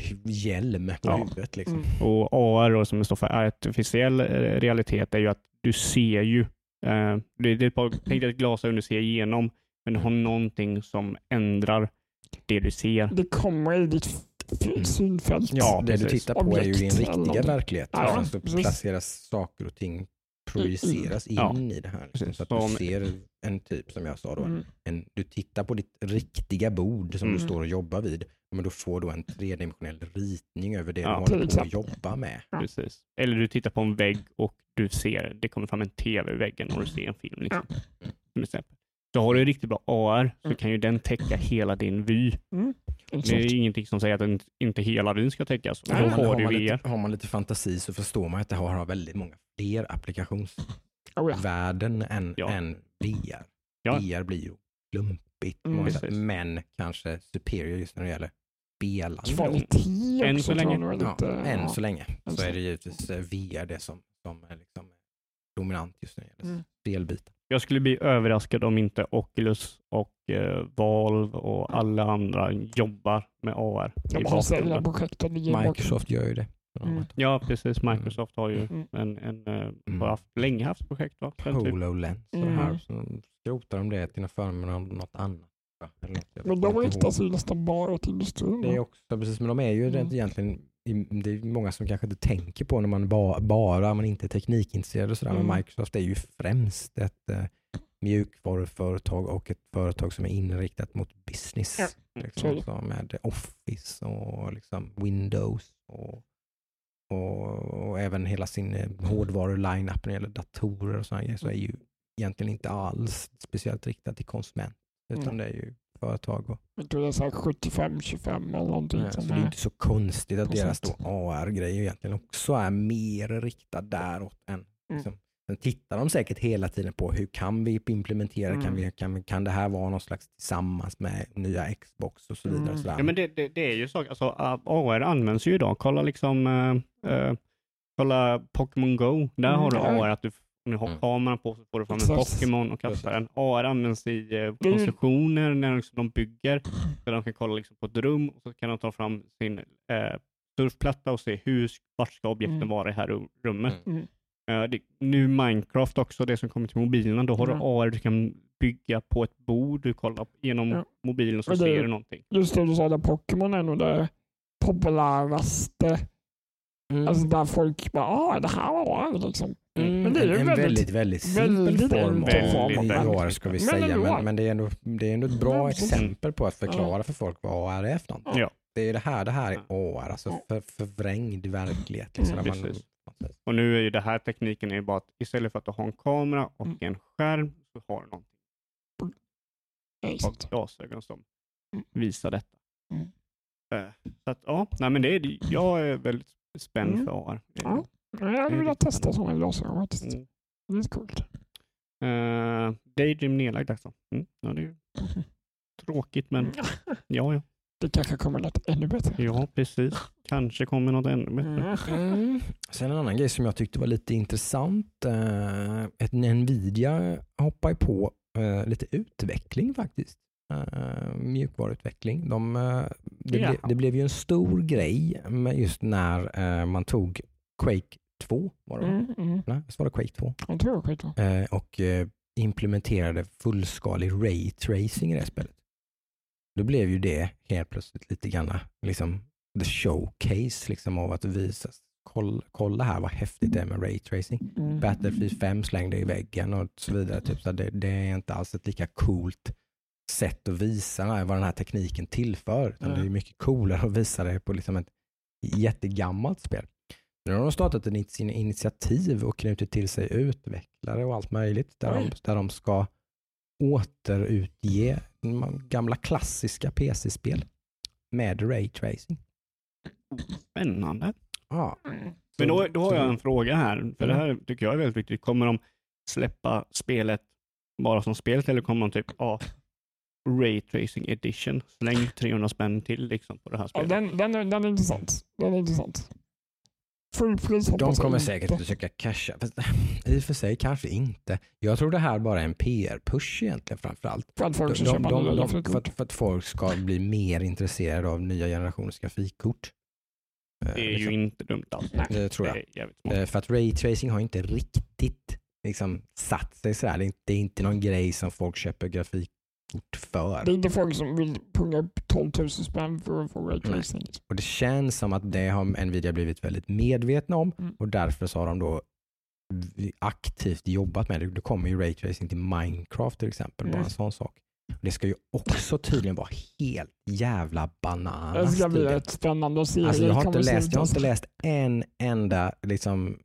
hjälm på huvudet. Liksom. Och AR då, som det står för artificiell realitet, är ju att du ser ju det är bara tänk dig ett glasögon du ser igenom, men du har någonting som ändrar det du ser. Det kommer i ditt synfält. Ja, det du tittar på är ju din riktiga verklighet. Ja, alltså placeras saker och ting, projiceras in i det här. Liksom, så att du ser en typ, som jag sa då, du tittar på ditt riktiga bord som du står och jobbar vid, men då får du en tredimensionell ritning över det du håller på att jobba med. Precis. Eller du tittar på en vägg och du ser, det kommer fram en tv i väggen och du ser en film. Liksom. Som exempel. Så har du riktigt bra AR så kan ju den täcka hela din vy. Det är ingenting som säger att inte hela vyn ska täckas. Har man lite fantasi så förstår man att det har väldigt många fler applikationsvärden än VR. VR blir ju klumpigt, men kanske superior just när det gäller spelande. Kvalitet än så länge. Än så länge så är det givetvis VR det som är liksom dominant just när det gäller spelbitar. Jag skulle bli överraskad om inte Oculus och Valve och alla andra jobbar med AR. Microsoft gör ju det. Ja, precis. Microsoft har ju länge haft projekt. HoloLens. Här, så skrotar de det till förmån av något annat. Men de riktar sig nästan bara till industrin. Det är också precis, men de är ju egentligen, det är många som kanske inte tänker på när man man inte är teknikintresserad och sådär, men Microsoft är ju främst ett mjukvaruföretag och ett företag som är inriktat mot business. Liksom, så med Office och liksom Windows och även hela sin hårdvaru-line-up när det gäller datorer och sådana grejer, så är ju egentligen inte alls speciellt riktat till konsument, utan det är ju företag. Och jag tror det är så här 75-25 eller någonting. Så det är inte så konstigt att deras AR-grejer egentligen också är mer riktad däråt än liksom. Sen tittar de säkert hela tiden på hur kan vi implementera, kan det här vara någon slags tillsammans med nya Xbox och så vidare. Ja, men det är ju så, alltså AR används ju idag. Kolla liksom kolla Pokémon Go. Där har du AR att du har kameran på så får du fram en Pokémon och kastar den. AR används i konstruktioner när de bygger, där de kan kolla liksom på ett rum och så kan de ta fram sin surfplatta och se vart ska objekten vara i det här rummet. Nu Minecraft också, det som kommer till mobilen, då har du AR du kan bygga på ett bord, du kollar genom mobilen så ser du någonting. Just det du sa, där Pokémon är nog det populäraste. Alltså där folk bara, det här var det liksom. Men det är ju en väldigt simpel form av AR ska vi säga, men det är ändå ett bra exempel på att förklara för folk vad AR är för något. Ja. Det är det här är alltså förvrängd verklighet. Liksom, och nu är ju det här tekniken är bara att istället för att ha en kamera och en skärm så har du någonting av glasögon som visar detta. Så att, men jag är väldigt spänd för AR. Ja, jag hade velat testa sådana glasögon. Det är coolt. Daydream nedlagd alltså. Ja, det är tråkigt, men ja. Det kanske kommer något ännu bättre. Ja, precis. Kanske kommer något ännu bättre. Sen en annan grej som jag tyckte var lite intressant. Nvidia hoppar på lite utveckling faktiskt. Mjukvaruutveckling. Det blev ju en stor grej med just när man tog Quake 2. Var det? Nej, var det Quake 2? Jag tror Quake 2. Och implementerade fullskalig ray tracing i det spelet. Då blev ju det helt plötsligt lite grann liksom the showcase liksom av att visa, kolla här vad häftigt det är med ray tracing. Battlefield 5 slängde i väggen och så vidare. Typ, så det är inte alls ett lika coolt sätt att visa vad den här tekniken tillför. Det är mycket coolare att visa det på liksom ett jättegammalt spel. Nu har de startat ett initiativ och knutit till sig utvecklare och allt möjligt där de ska återutge gamla klassiska PC-spel med ray tracing. Spännande. Ja. Men då har jag en fråga här, för det här tycker jag är väldigt viktigt. Kommer de släppa spelet bara som spelet eller kommer de typ ray tracing edition, släng 300 spänn till liksom på det här spelet? Ja, den är intressant. Den är intressant. Fullpris hoppas de kommer säkert försöka casha. I och för sig kanske inte. Jag tror det här bara är en PR-push egentligen framförallt. För att folk ska bli mer intresserade av nya generationers grafikkort. Det är ju inte dumt alls. Det tror jag. För att ray tracing har inte riktigt liksom satt sig sådär. Det är inte någon grej som folk köper grafikkort för. Det är inte folk som vill punga upp 12 000 spänn för att få ray tracing. Och det känns som att det har Nvidia blivit väldigt medvetna om och därför så har de då aktivt jobbat med det. Det kommer ju ray tracing till Minecraft till exempel, bara en sån sak. Det ska ju också tydligen vara helt jävla bananas. Det ska bli ett spännande att se. Alltså, jag har inte läst en enda liksom,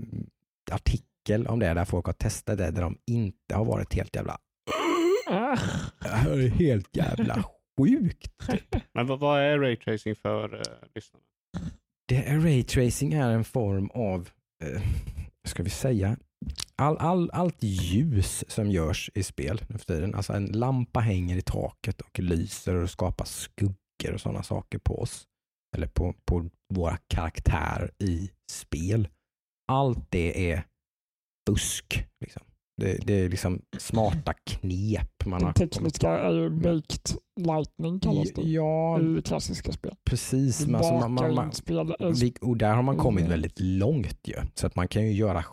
artikel om det där folk har testat det där de inte har varit helt jävla helt jävla sjukt. Men vad är ray tracing för lyssnarna? Ray tracing är en form av ska vi säga allt ljus som görs i spel nu för tiden. Alltså en lampa hänger i taket och lyser och skapar skuggor och sådana saker på oss. Eller på våra karaktärer i spel. Allt det är fusk liksom. Det är liksom smarta knep. Den tekniska är ju baked lightning kallas det i klassiska spel. Precis. Och där har man kommit väldigt långt ju. Så att man kan ju göra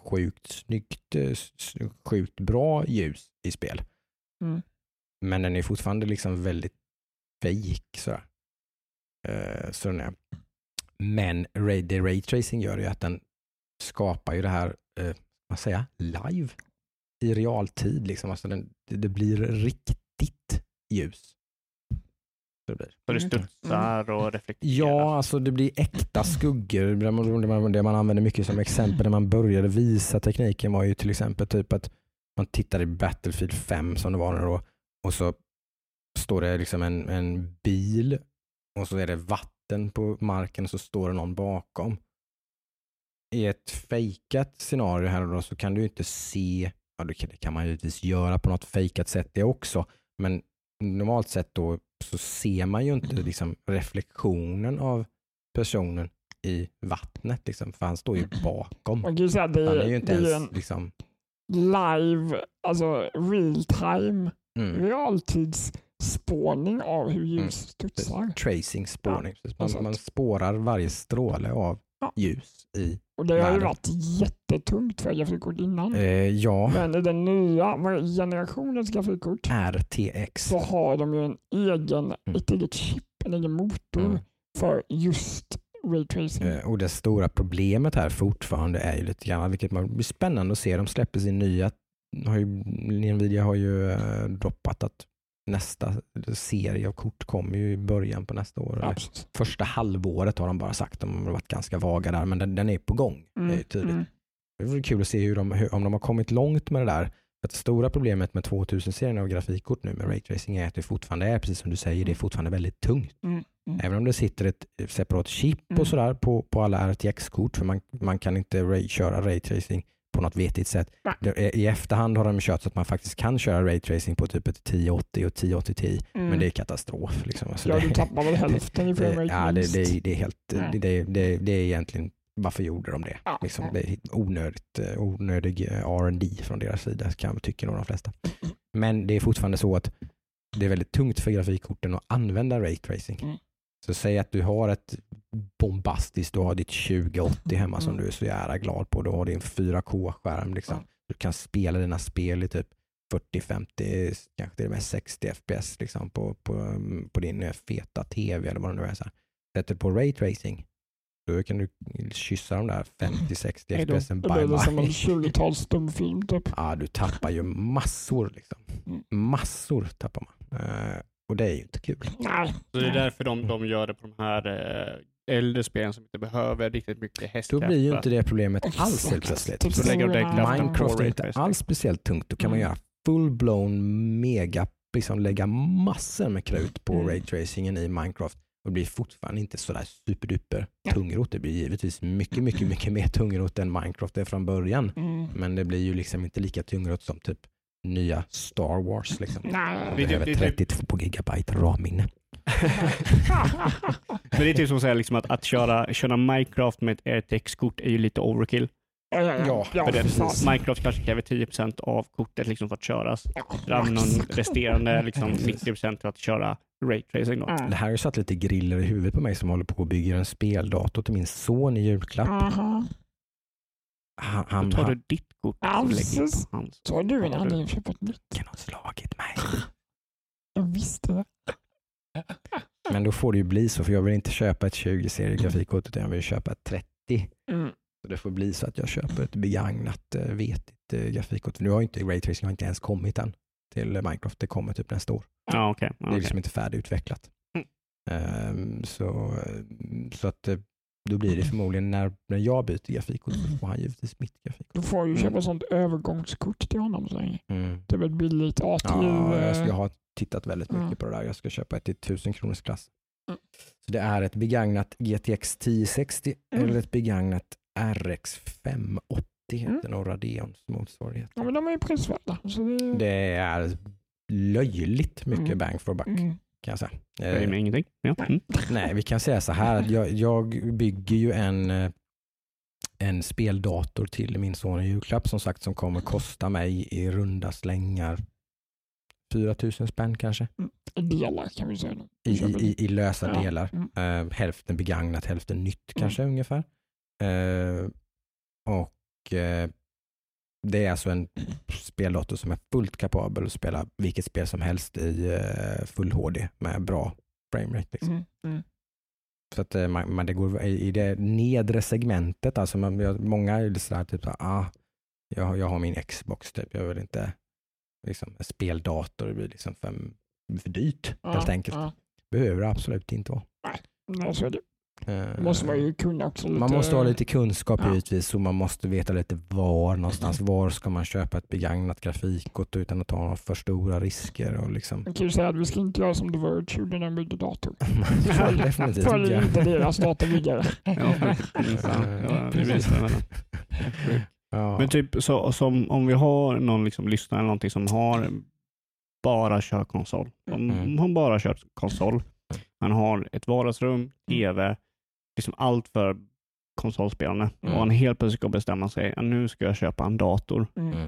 sjukt bra ljus i spel. Men den är fortfarande liksom väldigt fake sådär. Så den är. Men det ray tracing gör ju att den skapar ju det här vad säger live i realtid liksom. Alltså det blir riktigt ljus. Så det studsar och reflekterar. Ja, alltså det blir äkta skuggor. Det man använder mycket som exempel när man började visa tekniken var ju till exempel typ att man tittar i Battlefield 5 som det var då, och så står det liksom en bil och så är det vatten på marken och så står det någon bakom. I ett fejkat scenario här då så kan du inte se, det kan man givetvis göra på något fejkat sätt det också, men normalt sett då så ser man ju inte liksom reflektionen av personen i vattnet liksom, för han står ju bakom. Han är ju inte ens liksom live, alltså real time realtidsspårning av hur ljus studsar. Tracing spårning. Man spårar varje stråle av ljus i och det har ju varit jättetungt för grafikkort innan. Men i den nya generationens grafikkort RTX så har de ju ett eget chip, en egen motor för just ray tracing. Och det stora problemet här fortfarande är ju lite grann, vilket man blir spännande att se. De släpper sin nya, Nvidia har ju droppat att nästa serie av kort kommer ju i början på nästa år. Eller första halvåret har de bara sagt. De har varit ganska vaga där, men den är på gång. Det är tydligt. Det vore kul att se om de har kommit långt med det där. För att det stora problemet med 2000-serien av grafikkort nu med raytracing är att det fortfarande är, precis som du säger, det är fortfarande väldigt tungt. Även om det sitter ett separat chip och sådär på alla RTX-kort, för man kan inte köra raytracing på något vettigt sätt. I efterhand har de kört så att man faktiskt kan köra raytracing på typ ett 1080 och 1080 Ti, men det är katastrof. Liksom. Alltså du tappar väl hälften i framerate. Ja, det är helt, det är egentligen, varför gjorde de det? Liksom, det är onödig R&D från deras sida, kan jag tycka, de flesta. Men det är fortfarande så att det är väldigt tungt för grafikkorten att använda raytracing. Så säg att du har ett bombastiskt, du har ditt 2080 hemma som du är så jävla glad på. Du har din 4K-skärm. Liksom. Du kan spela dina spel i typ 40-50, kanske till och med 60 FPS liksom, på din feta tv eller vad det nu är. Så här. Sätter på raytracing, då kan du kyssa de där 50-60 FPS. Det blir som en 20-tals stumfilm typ. Ja, du tappar ju massor. Liksom. Massor tappar man. Och det är ju inte kul. Nej. Så det är därför de gör det på de här äldre spelen som inte behöver riktigt mycket hästkraft. Då blir ju inte det problemet alls helt plötsligt. Så lägger de Minecraft är inte alls speciellt tungt. Då kan man göra full-blown mega, liksom lägga massor med krut på raytracingen i Minecraft. Och det blir fortfarande inte sådär superduper tungrot. Det blir givetvis mycket, mycket, mycket mer tungrot än Minecraft är från början. Men det blir ju liksom inte lika tungrot som typ nya Star Wars. Liksom. Det behöver 32 gigabyte RAM-minne. Men det är typ som att säga liksom att köra Minecraft med ett RTX-kort är ju lite overkill. Ja, för Minecraft kanske kräver 10% av kortet liksom för att köras. Någon resterande liksom 90% för att köra raytracing. Det här har ju satt lite griller i huvudet på mig som håller på och bygger en speldator till min son i julklapp. Då tar du ditt kort och lägger på hans. Så har du en anledning att köpa ett nytt. Kan ha slagit mig. Jag visste det. Men då får det ju bli så, för jag vill inte köpa ett 20-serie grafikkort utan jag vill köpa ett 30. Så det får bli så att jag köper ett begagnat vetigt grafikkort. Nu har inte raytracing har inte ens kommit än till Minecraft. Det kommer typ nästa år. Okay. Det är liksom inte färdigutvecklat. Så att då blir det förmodligen när jag byter grafikkort så får han givetvis mitt grafikkort. Du får ju köpa sånt övergångskort till honom så länge. Det är väl billigt ATU. Ja, jag har tittat väldigt mycket på det där. Jag ska köpa ett i 1000 kronors klass. Så det är ett begagnat GTX 1060 eller ett begagnat RX 580 heter nog Radeons motsvarighet. Ja, men de är ju prisvärda. Det är löjligt mycket bang for buck. Kan jag säga. Det är ingenting. Ja. Nej, vi kan säga så här att jag bygger ju en speldator till min son i julklapp som sagt som kommer kosta mig i runda slängar 4000 spänn kanske. Delar kan vi säga. I lösa delar. Hälften begagnat, hälften nytt kanske ungefär. Och det är alltså en speldator som är fullt kapabel att spela vilket spel som helst i full HD med bra framerate. Liksom. Så att man det går i det nedre segmentet. Alltså många är sådär typ jag har min Xbox typ. Jag vill inte liksom en speldator. Det blir liksom för dyrt helt enkelt. Behöver det absolut inte vara. Nej, så är det. Måste man ju kunna också lite... Man måste ha lite kunskap givetvis och man måste veta lite var ska man köpa ett begagnat grafikkort utan att ta några för stora risker och liksom... Man kan ju säga att vi ska inte göra som The Verge gjorde när de byggde dator. Definitivt. Följ inte deras datorbyggare. Men typ så, som om vi har någon liksom lyssnare eller någonting som har bara kört konsol. Om bara kört konsol. Han har ett vardagsrum, tv, liksom allt för konsolspelande. Och han helt plötsligt ska bestämma sig att nu ska jag köpa en dator.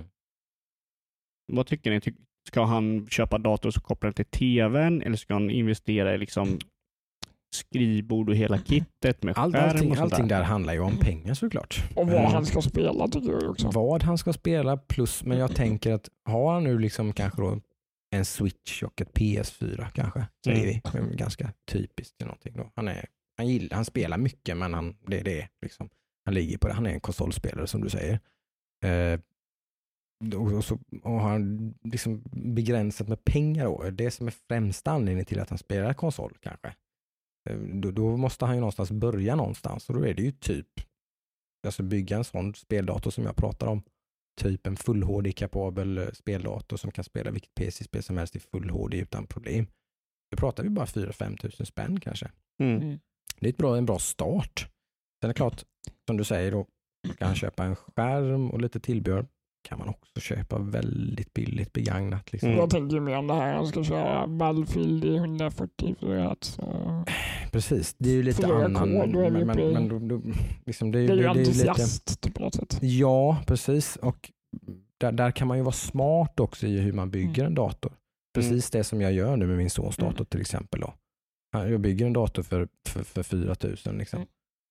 Vad tycker ni? Ska han köpa dator som kopplar till tvn eller ska han investera i liksom skrivbord och hela kittet med skärm och allting där handlar ju om pengar såklart. Och vad han ska spela tycker jag också. Vad han ska spela plus, men jag tänker att har han nu liksom kanske då en Switch och ett PS4 kanske, säger vi. Ganska typiskt till någonting då. Han spelar mycket men det är det liksom. Han ligger på det. Han är en konsolspelare som du säger. och har han liksom begränsat med pengar då. Det som är främsta anledningen till att han spelar konsol kanske. Då måste han ju någonstans börja någonstans, och då är det ju typ alltså bygga en sån speldator som jag pratar om. Typ en full HD-kapabel speldator som kan spela vilket PC-spel som helst i full HD utan problem. Då pratar vi bara 4-5 tusen spänn kanske. Det är en bra start. Sen är det klart, som du säger då, kan han köpa en skärm och lite tillbehör. Kan man också köpa väldigt billigt begagnat. Liksom. Jag tänker mer om det här. Jag ska köra Battlefield i 140 så... Precis, det är ju lite annan... Det är ju entusiast lite... på något sätt. Ja, precis. Och där kan man ju vara smart också i hur man bygger en dator. Precis det som jag gör nu med min sons dator till exempel. Då. Jag bygger en dator för 4 000 liksom.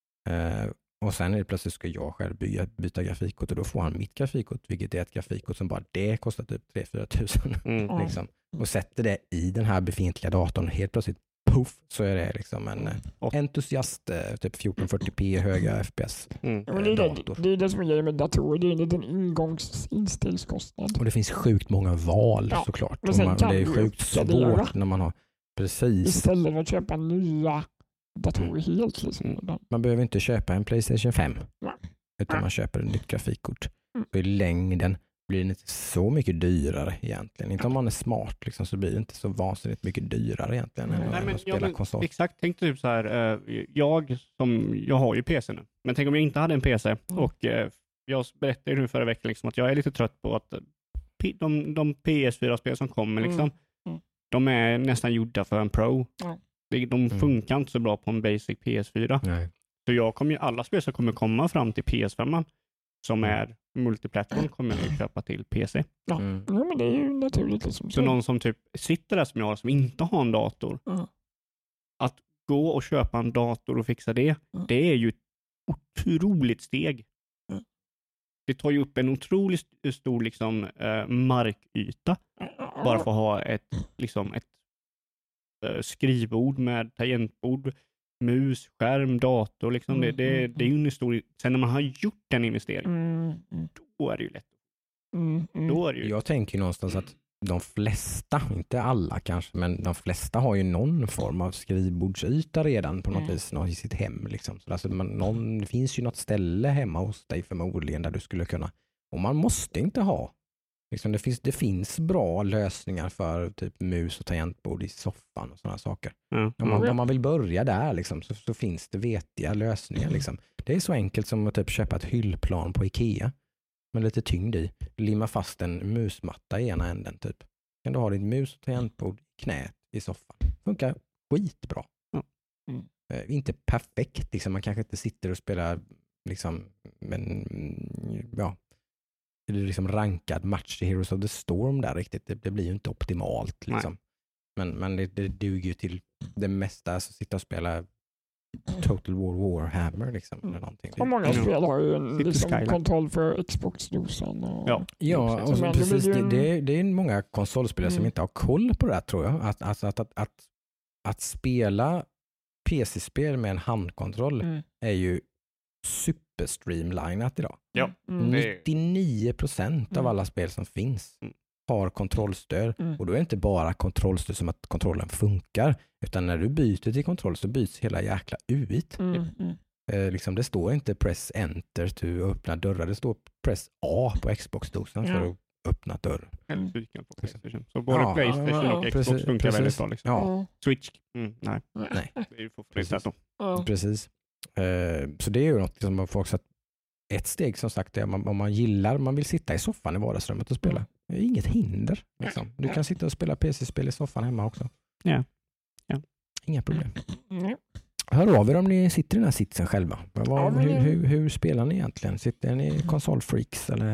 Och sen är det plötsligt ska jag själv byta grafikkort, och då får han mitt grafikkort, vilket är ett grafikkort som bara det kostar typ 3-4 000 liksom. Och sätter det i den här befintliga datorn, helt plötsligt puff, så är det liksom en entusiast typ 1440p höga FPS dator. Det är det som är med datorer, det är en liten inställskostnad. Och det finns sjukt många val såklart. Men sen det är sjukt svårt när man har precis. Istället för att köpa nya datorer helt liksom. Man behöver inte köpa en PlayStation 5 utan man köper ett nytt grafikkort. Så i längden blir det inte så mycket dyrare egentligen. Inte om man är smart liksom, så blir det inte så vansinnigt mycket dyrare egentligen än att spela konsol. Exakt, tänk typ så här, jag har ju PC nu, men tänk om jag inte hade en PC och jag berättade nu förra veckan liksom, att jag är lite trött på att de PS4-spel som kommer liksom, de är nästan gjorda för en Pro. De funkar inte så bra på en basic PS4. Nej. Så alla spel som kommer komma fram till PS5 som är multiplattform kommer jag köpa till PC. Ja, men det är ju naturligt. Liksom. Så någon som typ sitter där som jag som inte har en dator, att gå och köpa en dator och fixa det, det är ju ett otroligt steg. Det tar ju upp en otroligt stor liksom, markyta bara för att ha ett skrivbord med tangentbord, mus, skärm, dator. Liksom. Det är ju en stor... Sen när man har gjort den investeringen, då är det ju lätt. Då är det ju... Jag tänker ju någonstans att de flesta, inte alla kanske, men de flesta har ju någon form av skrivbordsyta redan på något vis i sitt hem. Liksom. Så alltså det finns ju något ställe hemma hos dig förmodligen där du skulle kunna... Och man måste inte ha. Liksom det finns bra lösningar för typ mus och tangentbord i soffan och sådana saker. Om man vill börja där liksom, så finns det vettiga lösningar. Liksom. Det är så enkelt som att typ köpa ett hyllplan på Ikea med lite tyngd i. Limma fast en musmatta i ena änden typ. Kan du ha ditt mus och tangentbord i knät i soffan. Funkar skitbra. Inte perfekt. Liksom. Man kanske inte sitter och spelar liksom, men ja, det är liksom rankad match till Heroes of the Storm där riktigt. Det blir ju inte optimalt liksom. Men det duger ju till det mesta, alltså sitta och spela Total War Warhammer liksom. Eller någonting. Och många spel har ju en liksom, kontroll för Xbox-dosan. Ja, och så, precis. Det är många konsolspelare som inte har koll på det här, tror jag. Att spela PC-spel med en handkontroll är ju superstreamlinat idag. Ja. 99% av alla spel som finns har kontrollstöd. Och då är det inte bara kontrollstöd som att kontrollen funkar, utan när du byter till kontroll så byts hela jäkla UIt. Liksom, det står inte press enter to öppna dörrar, det står press A på Xbox-dosan för att öppna dörr. Så både PlayStation och Xbox funkar väldigt bra. Liksom. Ja. Switch? Nej. Det är ju fortfarande så. Precis. Så det är ju något som man får också, ett steg som sagt är om man vill sitta i soffan i vardagsrummet och spela. Det är inget hinder. Liksom. Du kan sitta och spela PC-spel i soffan hemma också. Ja. Inga problem. Hör av er om ni sitter i den här sitsen själva. Hur spelar ni egentligen? Sitter ni konsolfreaks eller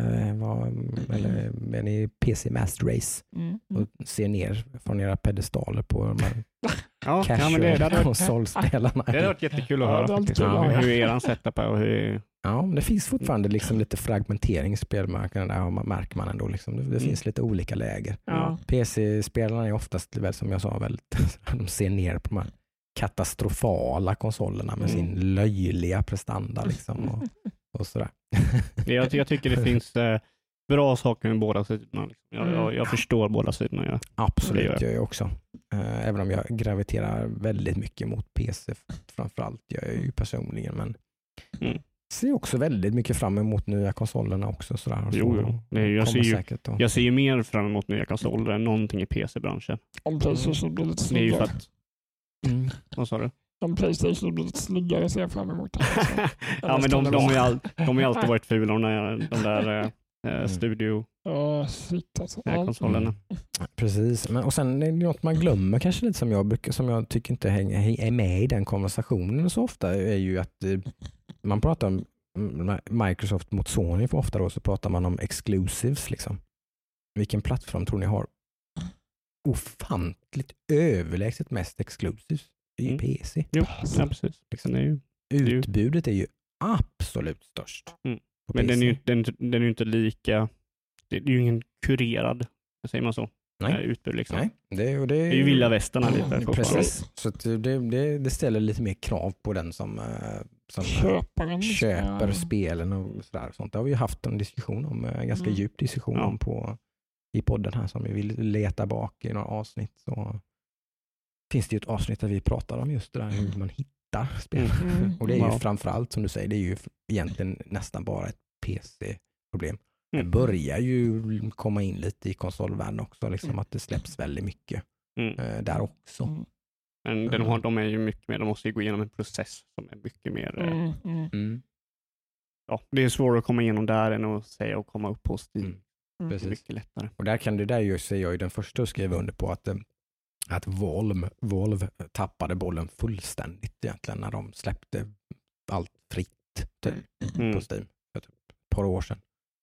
är ni PC Master Race och ser ner från era pedestaler på de här casual konsolspelarna? Det hade varit jättekul att höra hur eran setup är och hur... Ja, men det finns fortfarande liksom lite fragmentering i spelmarknaden där, och man märker man ändå liksom, det finns lite olika läger. PC-spelarna är oftast väl, som jag sa, väldigt, de ser ner på de här katastrofala konsolerna med sin löjliga prestanda liksom och sådär. Jag tycker det finns bra saker med båda sidorna. Liksom. Jag förstår båda sidorna. Ja. Absolut, gör jag också. Även om jag graviterar väldigt mycket mot PC framförallt. Jag är ju personligen, men ser också väldigt mycket fram emot nya konsolerna också. Sådär. Jo. Jag ser ju mer fram emot nya konsoler än någonting i PC-branschen. Om PlayStation blir lite snyggare. Det är ju för att... Vad sa du? Om PlayStation blir lite snyggare ser jag fram emot det. Ja, men de har ju alltid varit fula, de där studio konsolerna. Precis, och sen är det något man glömmer kanske lite som jag tycker inte är med i den konversationen så ofta är ju att man pratar om Microsoft mot Sony för ofta då, så pratar man om exclusives liksom. Vilken plattform tror ni har ofantligt överlägset mest exclusives? Det är ju PC. Jo, ja, precis. Liksom, utbudet är ju absolut störst. Men den är ju inte lika, det är ju ingen kurerad, säger man så? Utbud liksom. Nej, det är ju vilda västerna lite. Precis, så det ställer lite mer krav på den som köper spelen och sådär. Sånt. Det har vi ju haft en diskussion om, en ganska djup diskussion om i podden här som vi vill leta bak i några avsnitt. Så finns det ju ett avsnitt där vi pratar om just det där hur man hittar spel. Och det är ju framförallt som du säger, det är ju egentligen nästan bara ett PC-problem. Det börjar ju komma in lite i konsolvärlden också, liksom att det släpps väldigt mycket där också. Men de är ju mycket mer, de måste ju gå igenom en process som är mycket mer det är svårare att komma igenom där än att säga och komma upp på Steam. Det är mycket lättare. Och där ser jag ju den första att skriva under på att Valve tappade bollen fullständigt egentligen när de släppte allt fritt på Steam för typ ett par år sedan.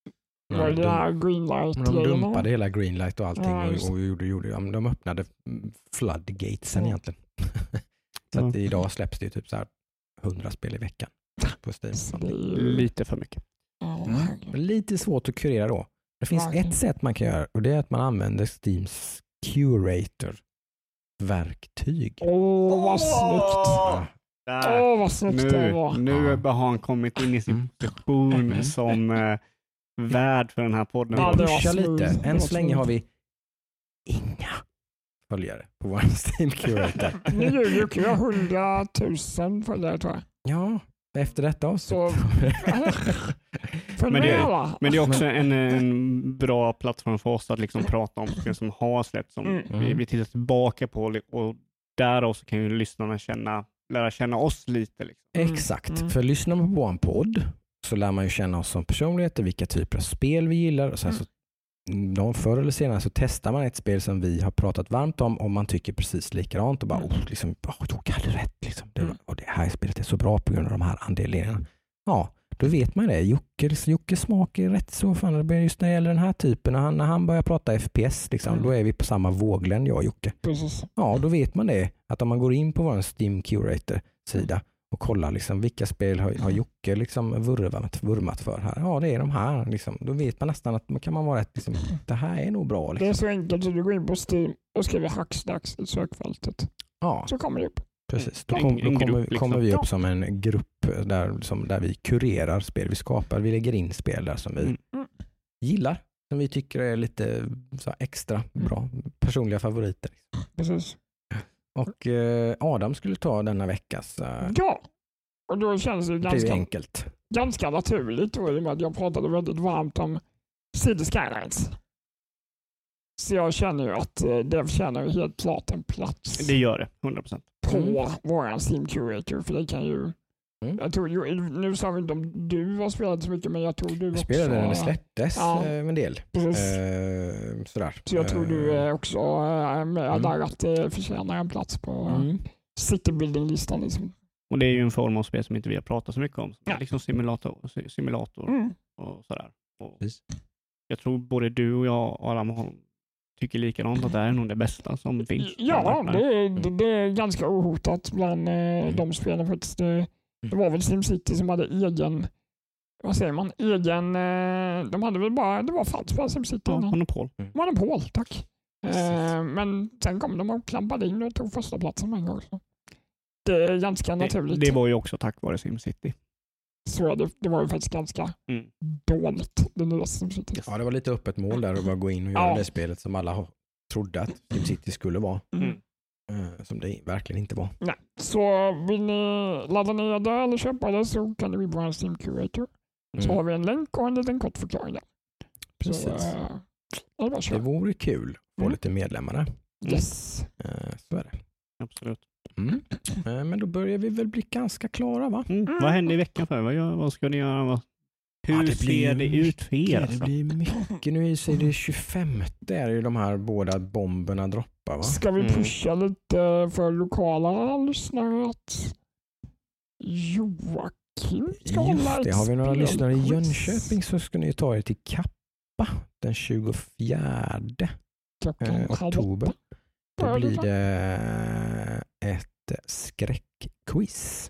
De dumpade hela Greenlight och allting och de öppnade floodgatesen egentligen. Så att idag släpps det ju typ så här 100 spel i veckan på Steam. Lite för mycket. Lite svårt att kurera då. Det finns ett sätt man kan göra och det är att man använder Steams Curator-verktyg. Vad snyggt! Vad snyggt det var. Nu har han kommit in i sin position som värd för den här podden. Lite. Än så länge har vi inga följare på vår Steam Curator. Nu kan jag 100 000 följare tror jag. Ja, efter detta också. Men det är också en bra plattform för oss att liksom prata om det som har släppts som vi tittar tillbaka på och där så kan ju lyssnarna lära känna oss lite. Liksom. Exakt, för lyssnar man på vår podd så lär man ju känna oss som personligheter, vilka typer av spel vi gillar och sen så förr eller senare så testar man ett spel som vi har pratat varmt om man tycker precis likadant och bara du hade rätt liksom. Och det här spelet är så bra på grund av de här anledningarna. Ja, då vet man det. Jockes smak är rätt så fan just när det gäller den här typen när han börjar prata FPS liksom, då är vi på samma våglängd jag och Jocke. Precis. Ja, då vet man det att om man går in på vår Steam Curator sida och kollar liksom vilka spel har Jocke liksom vurmat för här. Ja, det är de här liksom. Då vet man nästan att kan man vara rätt liksom, det här är nog bra liksom. Det är så enkelt att du går in på Steam och skriver Hacksnacks i sökfältet. Ja. Så kommer det upp. Precis. Då kommer vi upp som en grupp där vi kurerar spel. Vi lägger in spel där som vi gillar. Som vi tycker är lite så extra bra. Personliga favoriter. Precis. Och Adam skulle ta denna veckas. Ja, och då känns det enkelt. Ganska naturligt då, i och med att jag pratade väldigt varmt om City Skylines. Så jag känner ju att det förtjänar helt klart en plats. Det gör det, 100%. På våran Steam Curator, för det kan ju... Jag tror nu sa vi inte om du har spelat så mycket, men jag tror du också... Jag spelade när det släpptes en del. Sådär. Så jag tror du är också med där att det förtjänar en plats på citybuilding-listan. Liksom. Och det är ju en form av spel som inte vi har pratat så mycket om. Liksom simulator och sådär. Och jag tror både du och jag, Adam, tycker likadant att det är nog det bästa som finns. Ja, det är ganska ohotat bland de spelen faktiskt. Det var väl SimCity som hade egen, vad säger man, de hade väl bara, det var falskt bara SimCity. Monopol, tack. Men sen kom de och klampade in och tog första platsen en gång. Så. Det är ganska naturligt. Det var ju också tack vare SimCity. Så det var ju faktiskt ganska dåligt, det nya SimCity. Ja, det var lite öppet mål där att bara gå in och göra det spelet som alla trodde att SimCity skulle vara. Som det verkligen inte var. Nej. Så vill ni ladda ner det eller köpa det så kan det bli vår Steam Curator. Så har vi en länk och en liten kort förklaring där. Precis. Det vore kul att få lite medlemmar där. Yes. Så är det. Absolut. Men då börjar vi väl bli ganska klara, va? Vad händer i veckan för? Vad ska ni göra? Hur ser det ut för er? Det blir mycket. Nu är det 25. Det är ju de här båda bomberna droppar, va? Ska vi pusha lite för lokala lyssnare att Joakim ska hålla ett det. Har vi några lyssnare i spelquiz? Jönköping så ska ni ta er till Kappa den 24 oktober. Då blir det ett skräckquiz.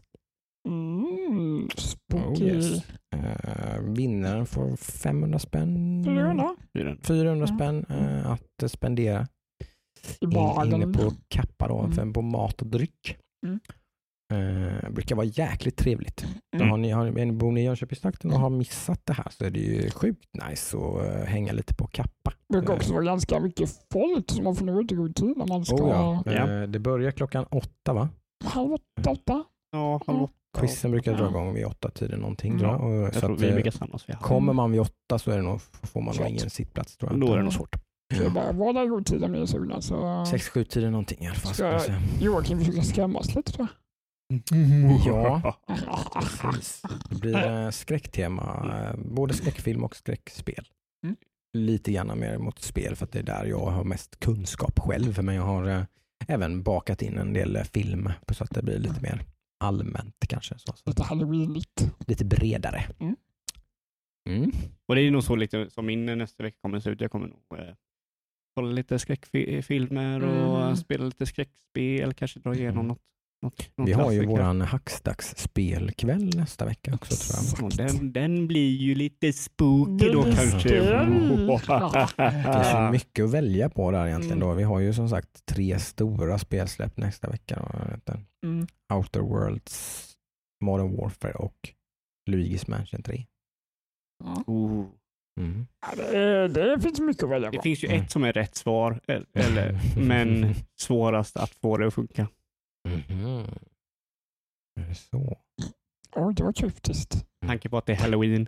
Spooky. Vinnaren får 500 spänn. 400 spänn att spendera inne på Kappa då, på mat och dryck. Brukar vara jäkligt trevligt. Bor ni i Jönköpingstrakten och har missat det här så är det ju sjukt nice att hänga lite på Kappa. Det brukar också vara ganska mycket folk som man får nå ut i god tid när man ska... Det börjar klockan 8, va? 7:30. Ja, 7:30. Quizen brukar dra igång vid 8-tiden någonting. Jag tror vi brukar samlas. Kommer man vid 8 så är det nog, får man nog ingen sittplats, tror jag. Då är det nog svårt. Så bara var där i god tid om ni är sugna. 6-7 tiden någonting i alla fall. Ska Joakim försöka skrämmas lite, tror jag? Ja, precis. Det blir skräcktema, både skräckfilm och skräckspel. Lite grann mer mot spel för att det är där jag har mest kunskap själv. Men jag har även bakat in en del film så att det blir lite mer allmänt kanske. Så. Lite halloweenigt. Lite bredare. Och det är nog så lite som min nästa vecka kommer se ut. Jag kommer nog kolla lite skräckfilmer och spela lite skräckspel. Kanske dra igenom något. Vi har ju våran Hackstax-spelkväll nästa vecka också, tror jag. Och den blir ju lite spooky då kanske. Det är så mycket att välja på där egentligen då. Vi har ju som sagt 3 stora spelsläpp nästa vecka. Outer Worlds, Modern Warfare och Luigi's Mansion 3. Det finns mycket att välja på. Det finns ju ett som är rätt svar, men svårast att få det att funka. Är det så? Det var kryptiskt. Tanke på att det är Halloween.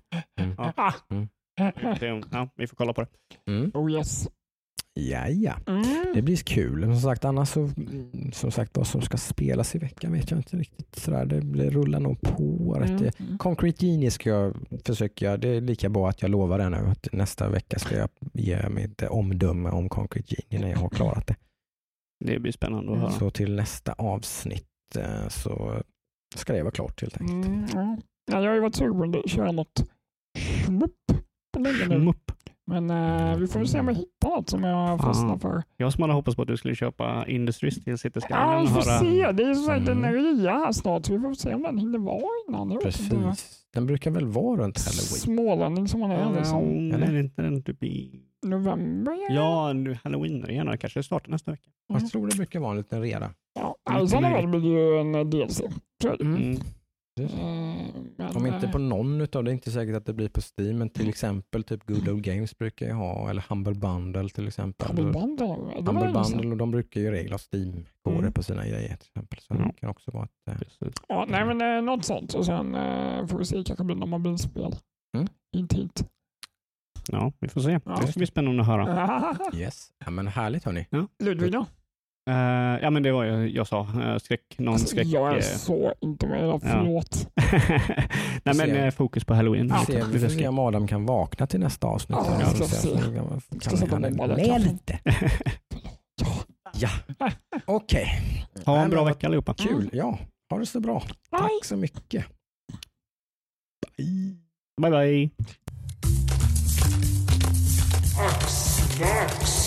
Vi får kolla på det. Oh yes. Ja. Det blir kul. Som sagt, annars så, som sagt, vad som ska spelas i veckan vet jag inte riktigt. Sådär. Det blir rullar nog på. Concrete Genius ska jag försöka. Det är lika bra att jag lovar det nu. Att nästa vecka ska jag ge mitt omdöme om Concrete Genius när jag har klarat det. Det blir spännande att höra. Så till nästa avsnitt så ska det vara klart helt enkelt. Jag har ju varit sugen att köra något schmupp på länge nu. Men vi får se om jag hittar något som jag fastnar för. Jag som hade hoppats på att du skulle köpa Industries till Cityskylinen. Vi får se. Det är så att den är rea här snart. Så vi får se om den hinner vara innan. Precis. Den brukar väl vara runt Halloween. Smålänning som man är. Eller inte den typ i november? Ja, Halloween-rean kanske startar nästa vecka. Jag tror det brukar vara en liten reda. Ja, alltså det blir ju en DLC. Om inte på någon utav det, är inte säkert att det blir på Steam, men till exempel typ Good Old Games brukar jag ha, eller Humble Bundle till exempel. Humble Bundle, och de brukar ju regla Steam-koder på sina grejer till exempel. Så det kan också vara ett... nej men något sånt. Och sen får vi se kanske blir någon mobilspel. Inte hit. Ja, vi får se. Det ska bli spännande att höra. Yes. Ja, men härligt hörni. Ludvig då? Ja, men det var jag sa. Skräck. Jag är så inte med. Förlåt. Nej, men fokus på Halloween. Vi får se om Adam kan vakna till nästa avsnitt. Kan han med lite? Ja. Okej. Ha en bra vecka allihopa. Kul. Ja, ha det så bra. Tack så mycket. Bye bye. X-Max.